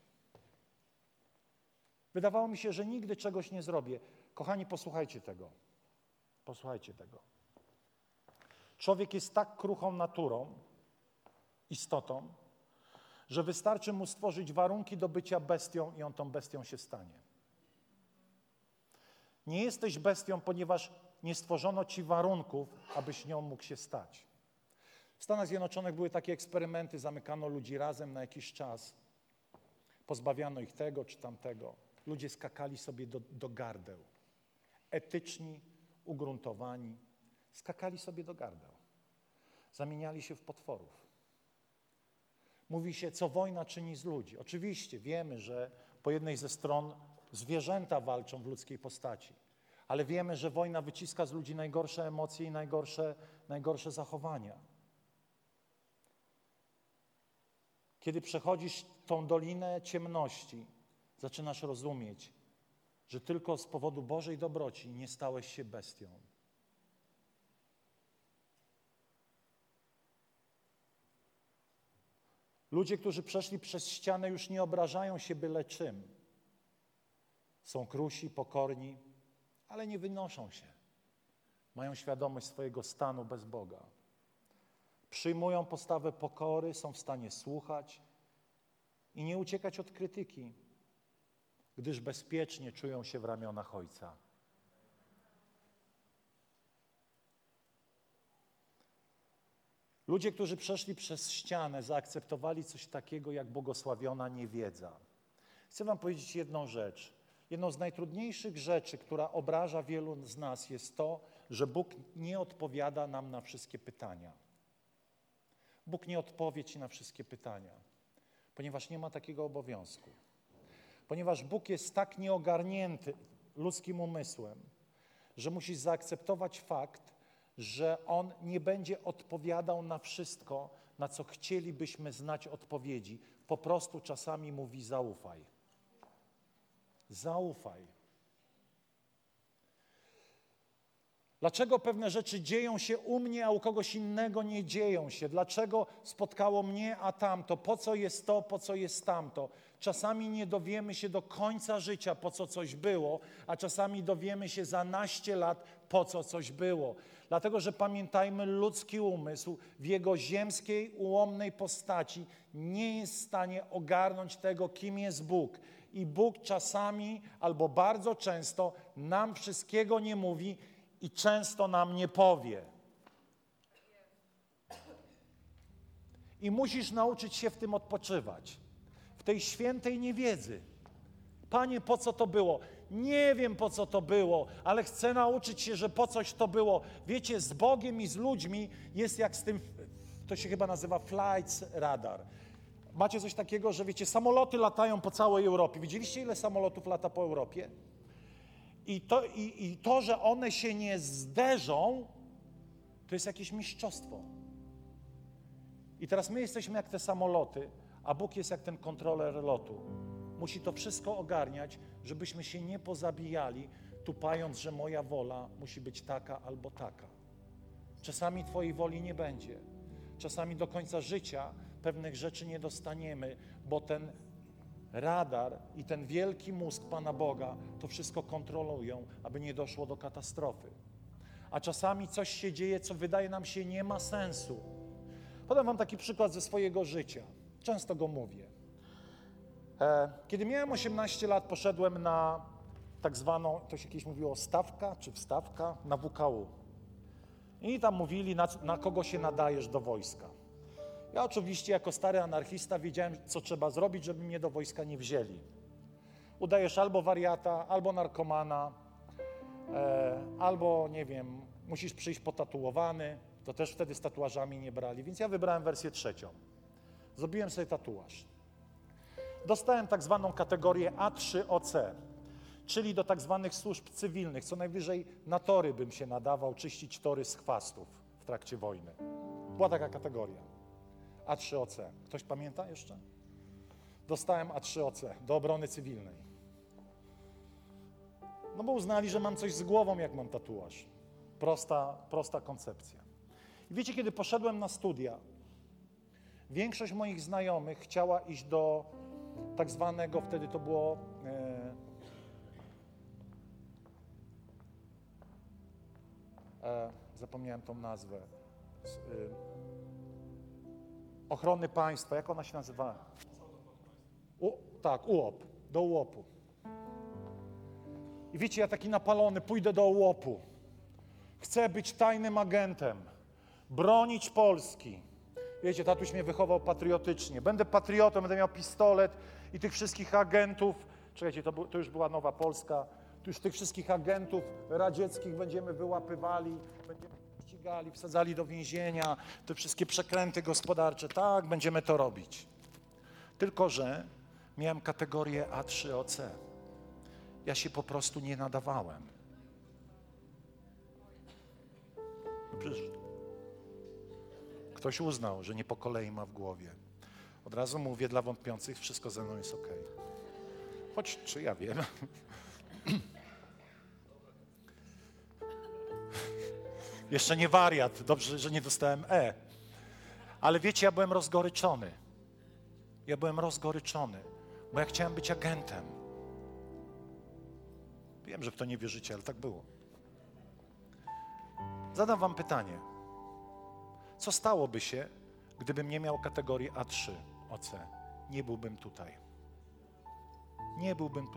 Wydawało mi się, że nigdy czegoś nie zrobię. Kochani, posłuchajcie tego. Posłuchajcie tego. Człowiek jest tak kruchą naturą, istotą, że wystarczy mu stworzyć warunki do bycia bestią i on tą bestią się stanie. Nie jesteś bestią, ponieważ nie stworzono ci warunków, abyś nią mógł się stać. W Stanach Zjednoczonych były takie eksperymenty, zamykano ludzi razem na jakiś czas, pozbawiano ich tego czy tamtego. Ludzie skakali sobie do gardeł. Etyczni, ugruntowani, skakali sobie do gardeł. Zamieniali się w potworów. Mówi się, co wojna czyni z ludzi. Oczywiście wiemy, że po jednej ze stron zwierzęta walczą w ludzkiej postaci, ale wiemy, że wojna wyciska z ludzi najgorsze emocje i najgorsze zachowania. Kiedy przechodzisz tą dolinę ciemności, zaczynasz rozumieć, że tylko z powodu Bożej dobroci nie stałeś się bestią. Ludzie, którzy przeszli przez ścianę, już nie obrażają się byle czym. Są krusi, pokorni, ale nie wynoszą się. Mają świadomość swojego stanu bez Boga. Przyjmują postawę pokory, są w stanie słuchać i nie uciekać od krytyki, gdyż bezpiecznie czują się w ramionach Ojca. Ludzie, którzy przeszli przez ścianę, zaakceptowali coś takiego jak błogosławiona niewiedza. Chcę wam powiedzieć jedną rzecz. Jedną z najtrudniejszych rzeczy, która obraża wielu z nas, jest to, że Bóg nie odpowiada nam na wszystkie pytania. Bóg nie odpowie ci na wszystkie pytania, ponieważ nie ma takiego obowiązku. Ponieważ Bóg jest tak nieogarnięty ludzkim umysłem, że musisz zaakceptować fakt, że On nie będzie odpowiadał na wszystko, na co chcielibyśmy znać odpowiedzi. Po prostu czasami mówi zaufaj. Zaufaj. Dlaczego pewne rzeczy dzieją się u mnie, a u kogoś innego nie dzieją się? Dlaczego spotkało mnie, a tamto? Po co jest to, po co jest tamto? Czasami nie dowiemy się do końca życia, po co coś było, a czasami dowiemy się za naście lat, po co coś było. Dlatego, że pamiętajmy, ludzki umysł w jego ziemskiej, ułomnej postaci nie jest w stanie ogarnąć tego, kim jest Bóg. I Bóg czasami, albo bardzo często nam wszystkiego nie mówi i często nam nie powie. I musisz nauczyć się w tym odpoczywać. W tej świętej niewiedzy. Panie, po co to było? Nie wiem, po co to było, ale chcę nauczyć się, że po coś to było. Wiecie, z Bogiem i z ludźmi jest jak z tym, to się chyba nazywa flight radar. Macie coś takiego, że wiecie, samoloty latają po całej Europie. Widzieliście, ile samolotów lata po Europie? I to, że one się nie zderzą, to jest jakieś mistrzostwo. I teraz my jesteśmy jak te samoloty, a Bóg jest jak ten kontroler lotu. Musi to wszystko ogarniać, żebyśmy się nie pozabijali, tupając, że moja wola musi być taka albo taka. Czasami Twojej woli nie będzie. Czasami do końca życia pewnych rzeczy nie dostaniemy, bo ten radar i ten wielki mózg Pana Boga to wszystko kontrolują, aby nie doszło do katastrofy. A czasami coś się dzieje, co wydaje nam się nie ma sensu. Podam wam taki przykład ze swojego życia. Często go mówię. Kiedy miałem 18 lat, poszedłem na tak zwaną, to się kiedyś mówiło stawka czy wstawka, na WKU. I tam mówili, na kogo się nadajesz do wojska. Ja oczywiście jako stary anarchista wiedziałem, co trzeba zrobić, żeby mnie do wojska nie wzięli. Udajesz albo wariata, albo narkomana, albo, nie wiem, musisz przyjść potatuowany. To też wtedy z tatuażami nie brali, więc ja wybrałem wersję trzecią. Zrobiłem sobie tatuaż. Dostałem tak zwaną kategorię A3OC, czyli do tak zwanych służb cywilnych. Co najwyżej na tory bym się nadawał, czyścić tory z chwastów w trakcie wojny. Była taka kategoria. A3OC. Ktoś pamięta jeszcze? Dostałem A3OC do obrony cywilnej. No bo uznali, że mam coś z głową, jak mam tatuaż. Prosta koncepcja. I wiecie, kiedy poszedłem na studia, większość moich znajomych chciała iść do tak zwanego, wtedy to było zapomniałem tą nazwę, ochrony państwa, jak ona się nazywa? Tak, UOP, do UOP-u. I wiecie, ja taki napalony, pójdę do UOP-u. Chcę być tajnym agentem, bronić Polski. Wiecie, tatuś mnie wychował patriotycznie. Będę patriotą, będę miał pistolet i tych wszystkich agentów, czekajcie, to już była Nowa Polska, tu już tych wszystkich agentów radzieckich będziemy wyłapywali, będziemy ścigali, wsadzali do więzienia, te wszystkie przekręty gospodarcze, tak, będziemy to robić. Tylko że miałem kategorię A3OC. Ja się po prostu nie nadawałem. Przecież ktoś uznał, że nie po kolei ma w głowie. Od razu mówię dla wątpiących, wszystko ze mną jest okej. Choć, czy ja wiem. Jeszcze nie wariat, dobrze, że nie dostałem E. Ale wiecie, ja byłem rozgoryczony. Bo ja chciałem być agentem. Wiem, że w to nie wierzycie, ale tak było. Zadam wam pytanie. Co stałoby się, gdybym nie miał kategorii A3 OC? Nie byłbym tutaj. Nie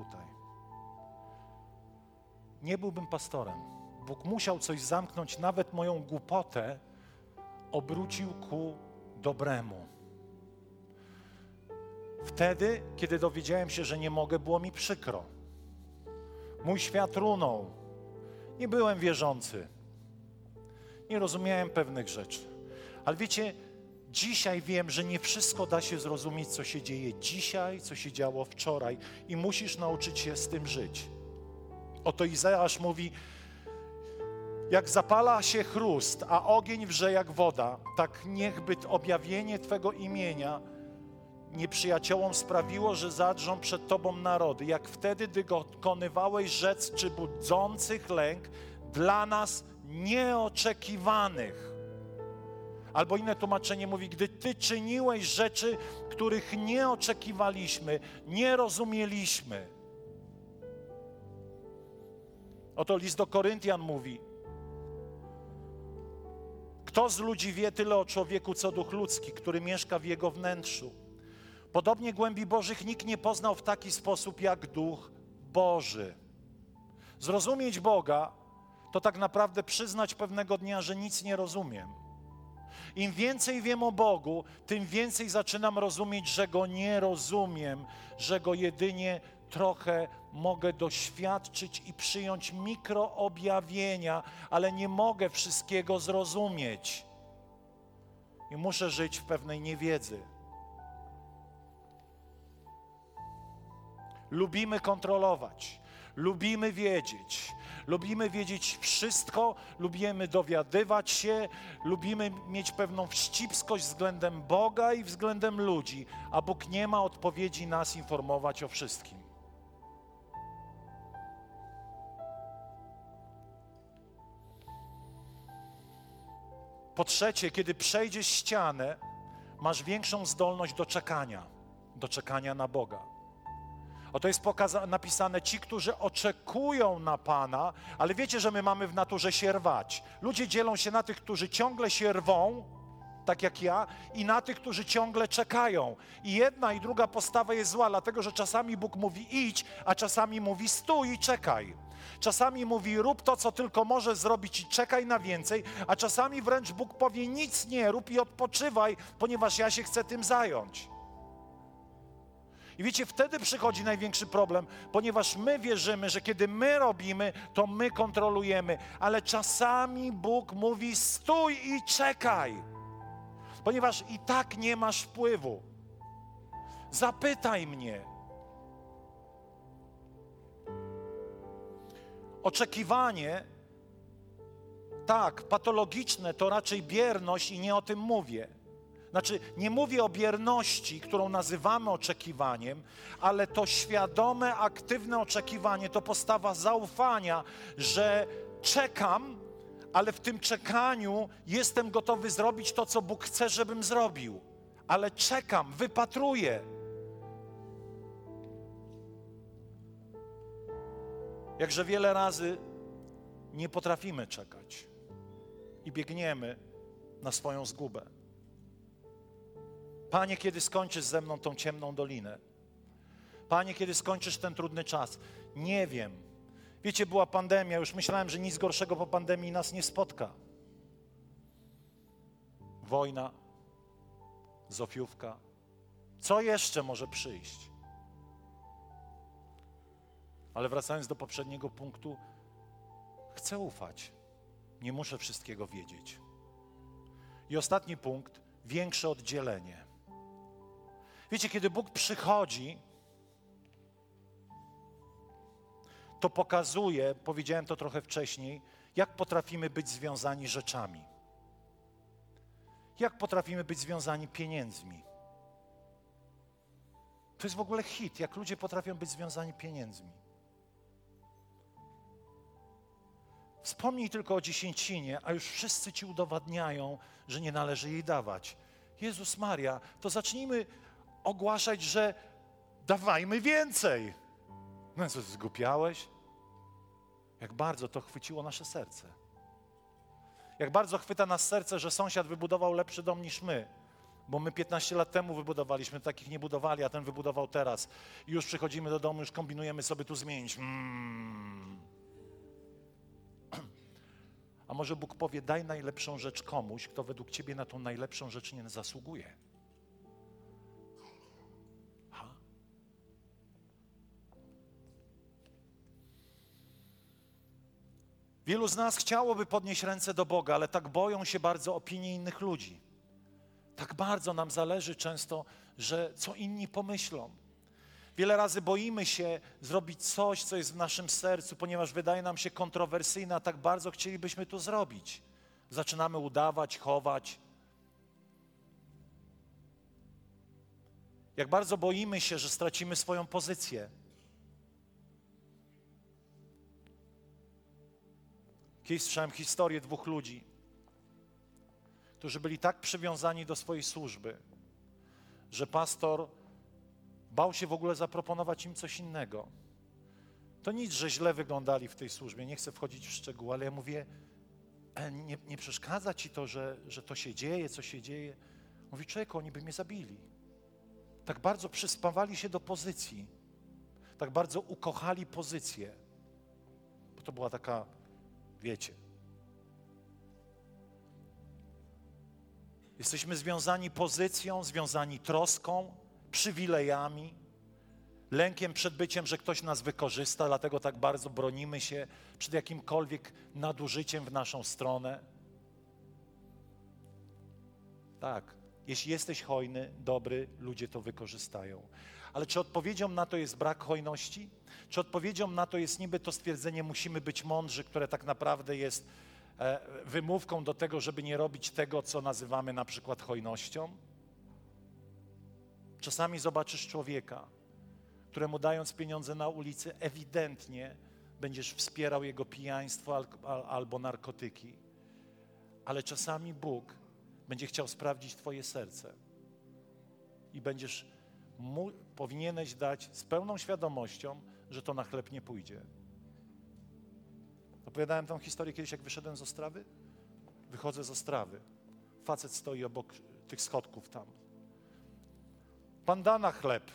byłbym pastorem. Bóg musiał coś zamknąć, nawet moją głupotę obrócił ku dobremu. Wtedy, kiedy dowiedziałem się, że nie mogę, było mi przykro. Mój świat runął. Nie byłem wierzący. Nie rozumiałem pewnych rzeczy. Ale wiecie, dzisiaj wiem, że nie wszystko da się zrozumieć, co się dzieje dzisiaj, co się działo wczoraj i musisz nauczyć się z tym żyć. Oto Izajasz mówi, jak zapala się chrust, a ogień wrze jak woda, tak niechby objawienie Twego imienia nieprzyjaciołom sprawiło, że zadrżą przed Tobą narody. Jak wtedy dokonywałeś rzec czy budzących lęk dla nas nieoczekiwanych. Albo inne tłumaczenie mówi, gdy Ty czyniłeś rzeczy, których nie oczekiwaliśmy, nie rozumieliśmy. Oto list do Koryntian mówi, kto z ludzi wie tyle o człowieku, co duch ludzki, który mieszka w jego wnętrzu? Podobnie głębi Bożych nikt nie poznał w taki sposób jak Duch Boży. Zrozumieć Boga to tak naprawdę przyznać pewnego dnia, że nic nie rozumiem. Im więcej wiem o Bogu, tym więcej zaczynam rozumieć, że Go nie rozumiem, że Go jedynie trochę mogę doświadczyć i przyjąć mikroobjawienia, ale nie mogę wszystkiego zrozumieć. I muszę żyć w pewnej niewiedzy. Lubimy kontrolować, lubimy wiedzieć wszystko, lubimy dowiadywać się, lubimy mieć pewną wścibskość względem Boga i względem ludzi, a Bóg nie ma odpowiedzi nas informować o wszystkim. Po trzecie, kiedy przejdziesz ścianę, masz większą zdolność do czekania na Boga. Oto jest napisane, ci, którzy oczekują na Pana, ale wiecie, że my mamy w naturze się rwać. Ludzie dzielą się na tych, którzy ciągle się rwą tak jak ja, i na tych, którzy ciągle czekają. I jedna i druga postawa jest zła, dlatego że czasami Bóg mówi idź, a czasami mówi stój i czekaj. Czasami mówi rób to, co tylko możesz zrobić i czekaj na więcej, a czasami wręcz Bóg powie nic nie rób i odpoczywaj, ponieważ ja się chcę tym zająć. I wiecie, wtedy przychodzi największy problem, ponieważ my wierzymy, że kiedy my robimy, to my kontrolujemy, ale czasami Bóg mówi stój i czekaj, ponieważ i tak nie masz wpływu. Zapytaj mnie. Oczekiwanie, tak, patologiczne to raczej bierność i nie o tym mówię. Znaczy, nie mówię o bierności, którą nazywamy oczekiwaniem, ale to świadome, aktywne oczekiwanie, to postawa zaufania, że czekam, ale w tym czekaniu jestem gotowy zrobić to, co Bóg chce, żebym zrobił. Ale czekam, wypatruję. Jakże wiele razy nie potrafimy czekać i biegniemy na swoją zgubę. Panie, kiedy skończysz ze mną tą ciemną dolinę? Panie, kiedy skończysz ten trudny czas? Nie wiem. Wiecie, była pandemia, już myślałem, że nic gorszego po pandemii nas nie spotka. Wojna, Zofiówka. Co jeszcze może przyjść? Ale wracając do poprzedniego punktu, chcę ufać. Nie muszę wszystkiego wiedzieć. I ostatni punkt, większe oddzielenie. Wiecie, kiedy Bóg przychodzi, to pokazuje, powiedziałem to trochę wcześniej, jak potrafimy być związani rzeczami. Jak potrafimy być związani pieniędzmi. To jest w ogóle hit, jak ludzie potrafią być związani pieniędzmi. Wspomnij tylko o dziesięcinie, a już wszyscy ci udowadniają, że nie należy jej dawać. Jezus Maria, to zacznijmy ogłaszać, że dawajmy więcej. No co, zgłupiałeś? Jak bardzo to chwyciło nasze serce. Jak bardzo chwyta nas serce, że sąsiad wybudował lepszy dom niż my. Bo my 15 lat temu wybudowaliśmy, takich nie budowali, a ten wybudował teraz. I już przychodzimy do domu, już kombinujemy sobie tu zmienić. A może Bóg powie, daj najlepszą rzecz komuś, kto według ciebie na tą najlepszą rzecz nie zasługuje. Wielu z nas chciałoby podnieść ręce do Boga, ale tak boją się bardzo opinii innych ludzi. Tak bardzo nam zależy często, że co inni pomyślą. Wiele razy boimy się zrobić coś, co jest w naszym sercu, ponieważ wydaje nam się kontrowersyjne, a tak bardzo chcielibyśmy to zrobić. Zaczynamy udawać, chować. Jak bardzo boimy się, że stracimy swoją pozycję. Kiedyś słyszałem historię dwóch ludzi, którzy byli tak przywiązani do swojej służby, że pastor bał się w ogóle zaproponować im coś innego. To nic, że źle wyglądali w tej służbie, nie chcę wchodzić w szczegóły, ale ja mówię, nie przeszkadza ci to, że to się dzieje, co się dzieje? Mówi, człowieku, oni by mnie zabili. Tak bardzo przyspawali się do pozycji, tak bardzo ukochali pozycję, bo to była taka, wiecie. Jesteśmy związani pozycją, związani troską, przywilejami, lękiem przed byciem, że ktoś nas wykorzysta, dlatego tak bardzo bronimy się przed jakimkolwiek nadużyciem w naszą stronę. Tak, jeśli jesteś hojny, dobry, ludzie to wykorzystają. Ale czy odpowiedzią na to jest brak hojności? Czy odpowiedzią na to jest niby to stwierdzenie musimy być mądrzy, które tak naprawdę jest wymówką do tego, żeby nie robić tego, co nazywamy na przykład hojnością? Czasami zobaczysz człowieka, któremu dając pieniądze na ulicy ewidentnie będziesz wspierał jego pijaństwo albo narkotyki. Ale czasami Bóg będzie chciał sprawdzić twoje serce i powinieneś dać z pełną świadomością, że to na chleb nie pójdzie. Opowiadałem tą historię kiedyś, jak wyszedłem z Ostrawy. Wychodzę z Ostrawy. Facet stoi obok tych schodków tam. Pan da na chleb.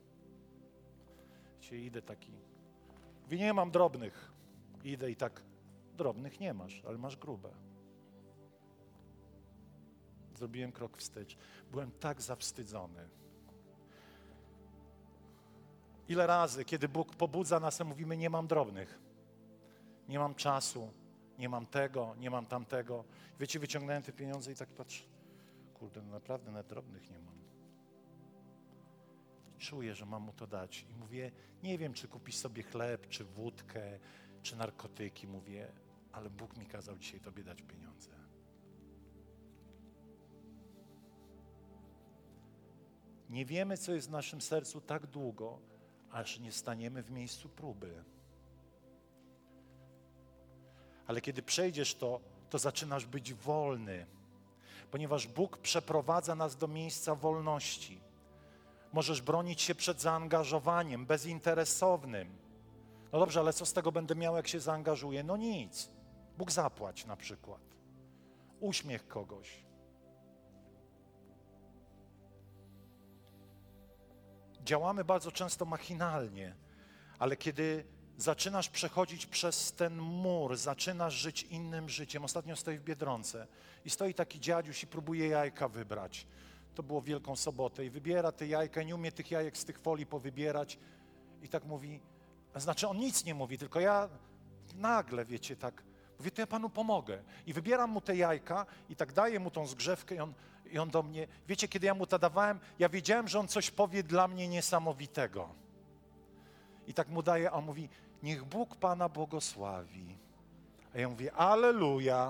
Idę taki. Mówi, nie mam drobnych. Idę i tak, drobnych nie masz, ale masz grube. Zrobiłem krok wstecz. Byłem tak zawstydzony. Ile razy, kiedy Bóg pobudza nas, mówimy, nie mam drobnych. Nie mam czasu, nie mam tego, nie mam tamtego. Wiecie, wyciągnąłem te pieniądze i tak patrzę. Kurde, no naprawdę nawet drobnych nie mam. Czuję, że mam mu to dać. I mówię, nie wiem, czy kupić sobie chleb, czy wódkę, czy narkotyki. Mówię, ale Bóg mi kazał dzisiaj tobie dać pieniądze. Nie wiemy, co jest w naszym sercu tak długo, aż nie staniemy w miejscu próby. Ale kiedy przejdziesz to zaczynasz być wolny, ponieważ Bóg przeprowadza nas do miejsca wolności. Możesz bronić się przed zaangażowaniem bezinteresownym. No dobrze, ale co z tego będę miał, jak się zaangażuję? No nic. Bóg zapłać na przykład. Uśmiech kogoś. Działamy bardzo często machinalnie, ale kiedy zaczynasz przechodzić przez ten mur, zaczynasz żyć innym życiem. Ostatnio stoję w Biedronce i stoi taki dziadziuś i próbuje jajka wybrać. To było w Wielką Sobotę i wybiera te jajka, nie umie tych jajek z tych folii powybierać i tak mówi, znaczy on nic nie mówi, tylko ja nagle, wiecie, tak, mówię, to ja panu pomogę. I wybieram mu te jajka i tak daję mu tą zgrzewkę i on do mnie, wiecie, kiedy ja mu to dawałem, ja wiedziałem, że on coś powie dla mnie niesamowitego. I tak mu daję, a on mówi, niech Bóg Pana błogosławi. A ja mówię, alleluja.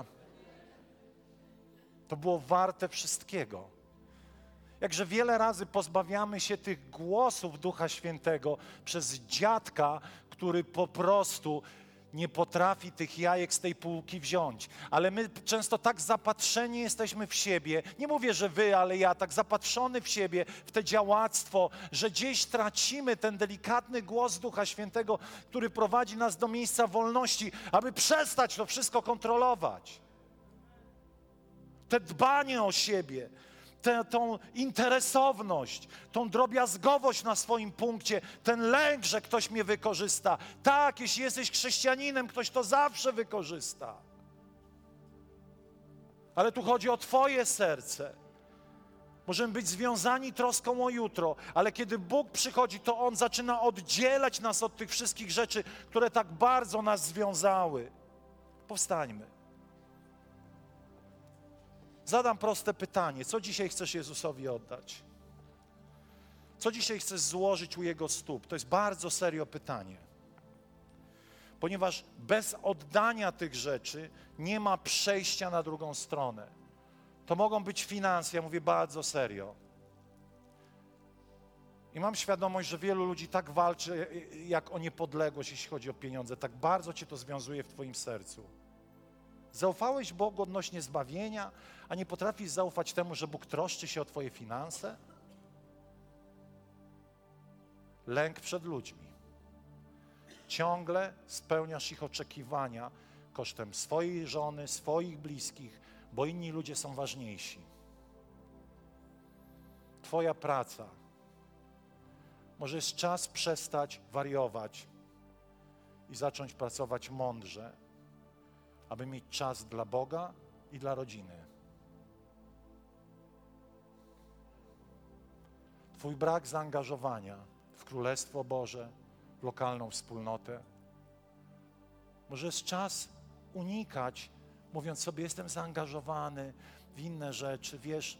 To było warte wszystkiego. Jakże wiele razy pozbawiamy się tych głosów Ducha Świętego przez dziadka, który po prostu nie potrafi tych jajek z tej półki wziąć. Ale my często tak zapatrzeni jesteśmy w siebie, nie mówię, że wy, ale ja, tak zapatrzony w siebie, w te działactwo, że gdzieś tracimy ten delikatny głos Ducha Świętego, który prowadzi nas do miejsca wolności, aby przestać to wszystko kontrolować. Te dbanie o siebie, tą interesowność, tą drobiazgowość na swoim punkcie, ten lęk, że ktoś mnie wykorzysta. Tak, jeśli jesteś chrześcijaninem, ktoś to zawsze wykorzysta. Ale tu chodzi o twoje serce. Możemy być związani troską o jutro, ale kiedy Bóg przychodzi, to On zaczyna oddzielać nas od tych wszystkich rzeczy, które tak bardzo nas związały. Powstańmy. Zadam proste pytanie. Co dzisiaj chcesz Jezusowi oddać? Co dzisiaj chcesz złożyć u Jego stóp? To jest bardzo serio pytanie. Ponieważ bez oddania tych rzeczy nie ma przejścia na drugą stronę. To mogą być finanse, ja mówię bardzo serio. I mam świadomość, że wielu ludzi tak walczy jak o niepodległość, jeśli chodzi o pieniądze. Tak bardzo cię to związuje w twoim sercu. Zaufałeś Bogu odnośnie zbawienia, a nie potrafisz zaufać temu, że Bóg troszczy się o twoje finanse? Lęk przed ludźmi. Ciągle spełniasz ich oczekiwania kosztem swojej żony, swoich bliskich, bo inni ludzie są ważniejsi. Twoja praca. Może jest czas przestać wariować i zacząć pracować mądrze, aby mieć czas dla Boga i dla rodziny. Twój brak zaangażowania w Królestwo Boże, w lokalną wspólnotę. Może jest czas unikać, mówiąc sobie, jestem zaangażowany w inne rzeczy, wiesz.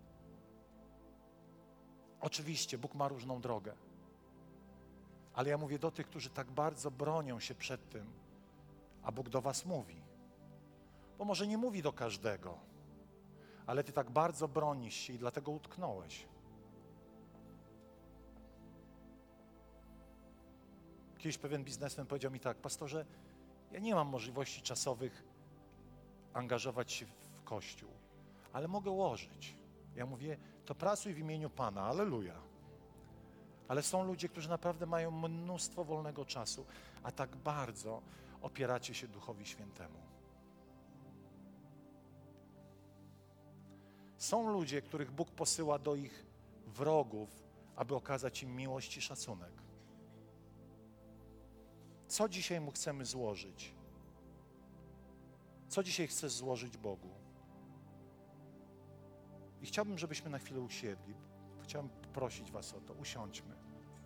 Oczywiście Bóg ma różną drogę, ale ja mówię do tych, którzy tak bardzo bronią się przed tym, a Bóg do was mówi. Bo może nie mówi do każdego, ale ty tak bardzo bronisz się i dlatego utknąłeś. Kiedyś pewien biznesmen powiedział mi tak, pastorze, ja nie mam możliwości czasowych angażować się w Kościół, ale mogę łożyć. Ja mówię, to pracuj w imieniu Pana, alleluja. Ale są ludzie, którzy naprawdę mają mnóstwo wolnego czasu, a tak bardzo opieracie się Duchowi Świętemu. Są ludzie, których Bóg posyła do ich wrogów, aby okazać im miłość i szacunek. Co dzisiaj Mu chcemy złożyć? Co dzisiaj chcesz złożyć Bogu? I chciałbym, żebyśmy na chwilę usiedli. Chciałbym prosić was o to. Usiądźmy.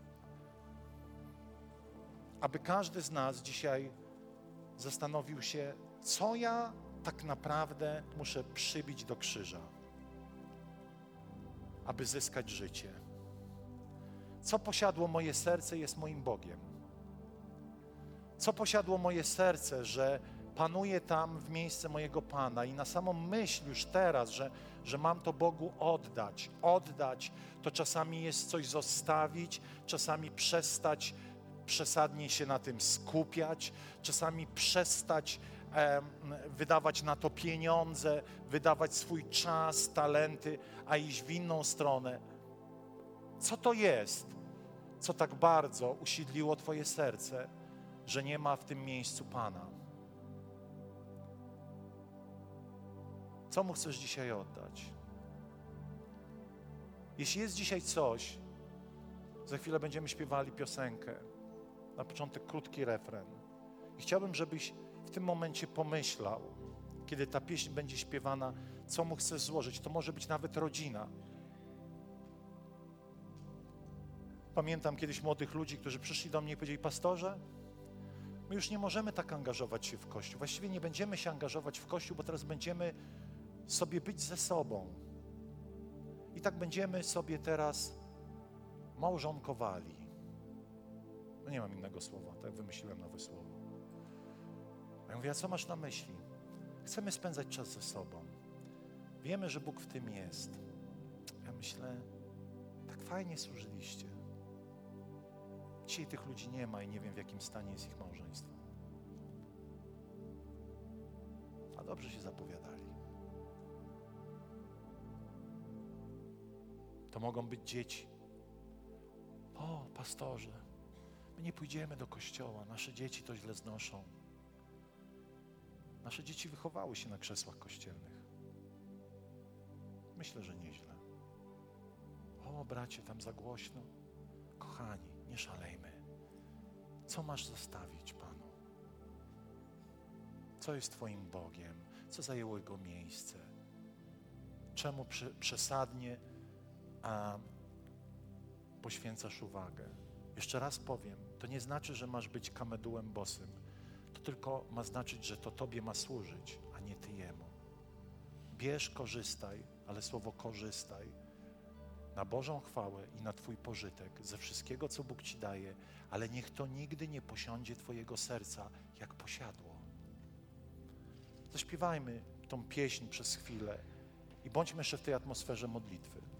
Aby każdy z nas dzisiaj zastanowił się, co ja tak naprawdę muszę przybić do krzyża, aby zyskać życie. Co posiadło moje serce, jest moim Bogiem. Co posiadło moje serce, że panuje tam w miejsce mojego Pana i na samą myśl już teraz, że mam to Bogu oddać, to czasami jest coś zostawić, czasami przestać przesadnie się na tym skupiać, czasami przestać wydawać na to pieniądze, wydawać swój czas, talenty, a iść w inną stronę. Co to jest, co tak bardzo usidliło Twoje serce, że nie ma w tym miejscu Pana? Co Mu chcesz dzisiaj oddać? Jeśli jest dzisiaj coś, za chwilę będziemy śpiewali piosenkę, na początek krótki refren. I chciałbym, żebyś w tym momencie pomyślał, kiedy ta pieśń będzie śpiewana, co Mu chcesz złożyć. To może być nawet rodzina. Pamiętam kiedyś młodych ludzi, którzy przyszli do mnie i powiedzieli: pastorze, my już nie możemy tak angażować się w Kościół. Właściwie nie będziemy się angażować w Kościół, bo teraz będziemy sobie być ze sobą. I tak będziemy sobie teraz małżonkowali. No nie mam innego słowa, tak wymyśliłem nowe słowo. A ja mówię: a co masz na myśli? Chcemy spędzać czas ze sobą. Wiemy, że Bóg w tym jest. Ja myślę, tak fajnie służyliście. Dzisiaj tych ludzi nie ma i nie wiem, w jakim stanie jest ich małżeństwo. A dobrze się zapowiadali. To mogą być dzieci. O, pastorze, my nie pójdziemy do kościoła, nasze dzieci to źle znoszą. Nasze dzieci wychowały się na krzesłach kościelnych. Myślę, że nieźle. O, bracie, tam za głośno. Kochani, nie szalejmy. Co masz zostawić Panu? Co jest Twoim Bogiem? Co zajęło Jego miejsce? Czemu przesadnie poświęcasz uwagę? Jeszcze raz powiem, to nie znaczy, że masz być kamedułem bosym. To tylko ma znaczyć, że to Tobie ma służyć, a nie Ty Jemu. Bierz, korzystaj, ale słowo korzystaj na Bożą chwałę i na Twój pożytek ze wszystkiego, co Bóg Ci daje, ale niech to nigdy nie posiądzie Twojego serca, jak posiadło. Zaśpiewajmy tą pieśń przez chwilę i bądźmy jeszcze w tej atmosferze modlitwy.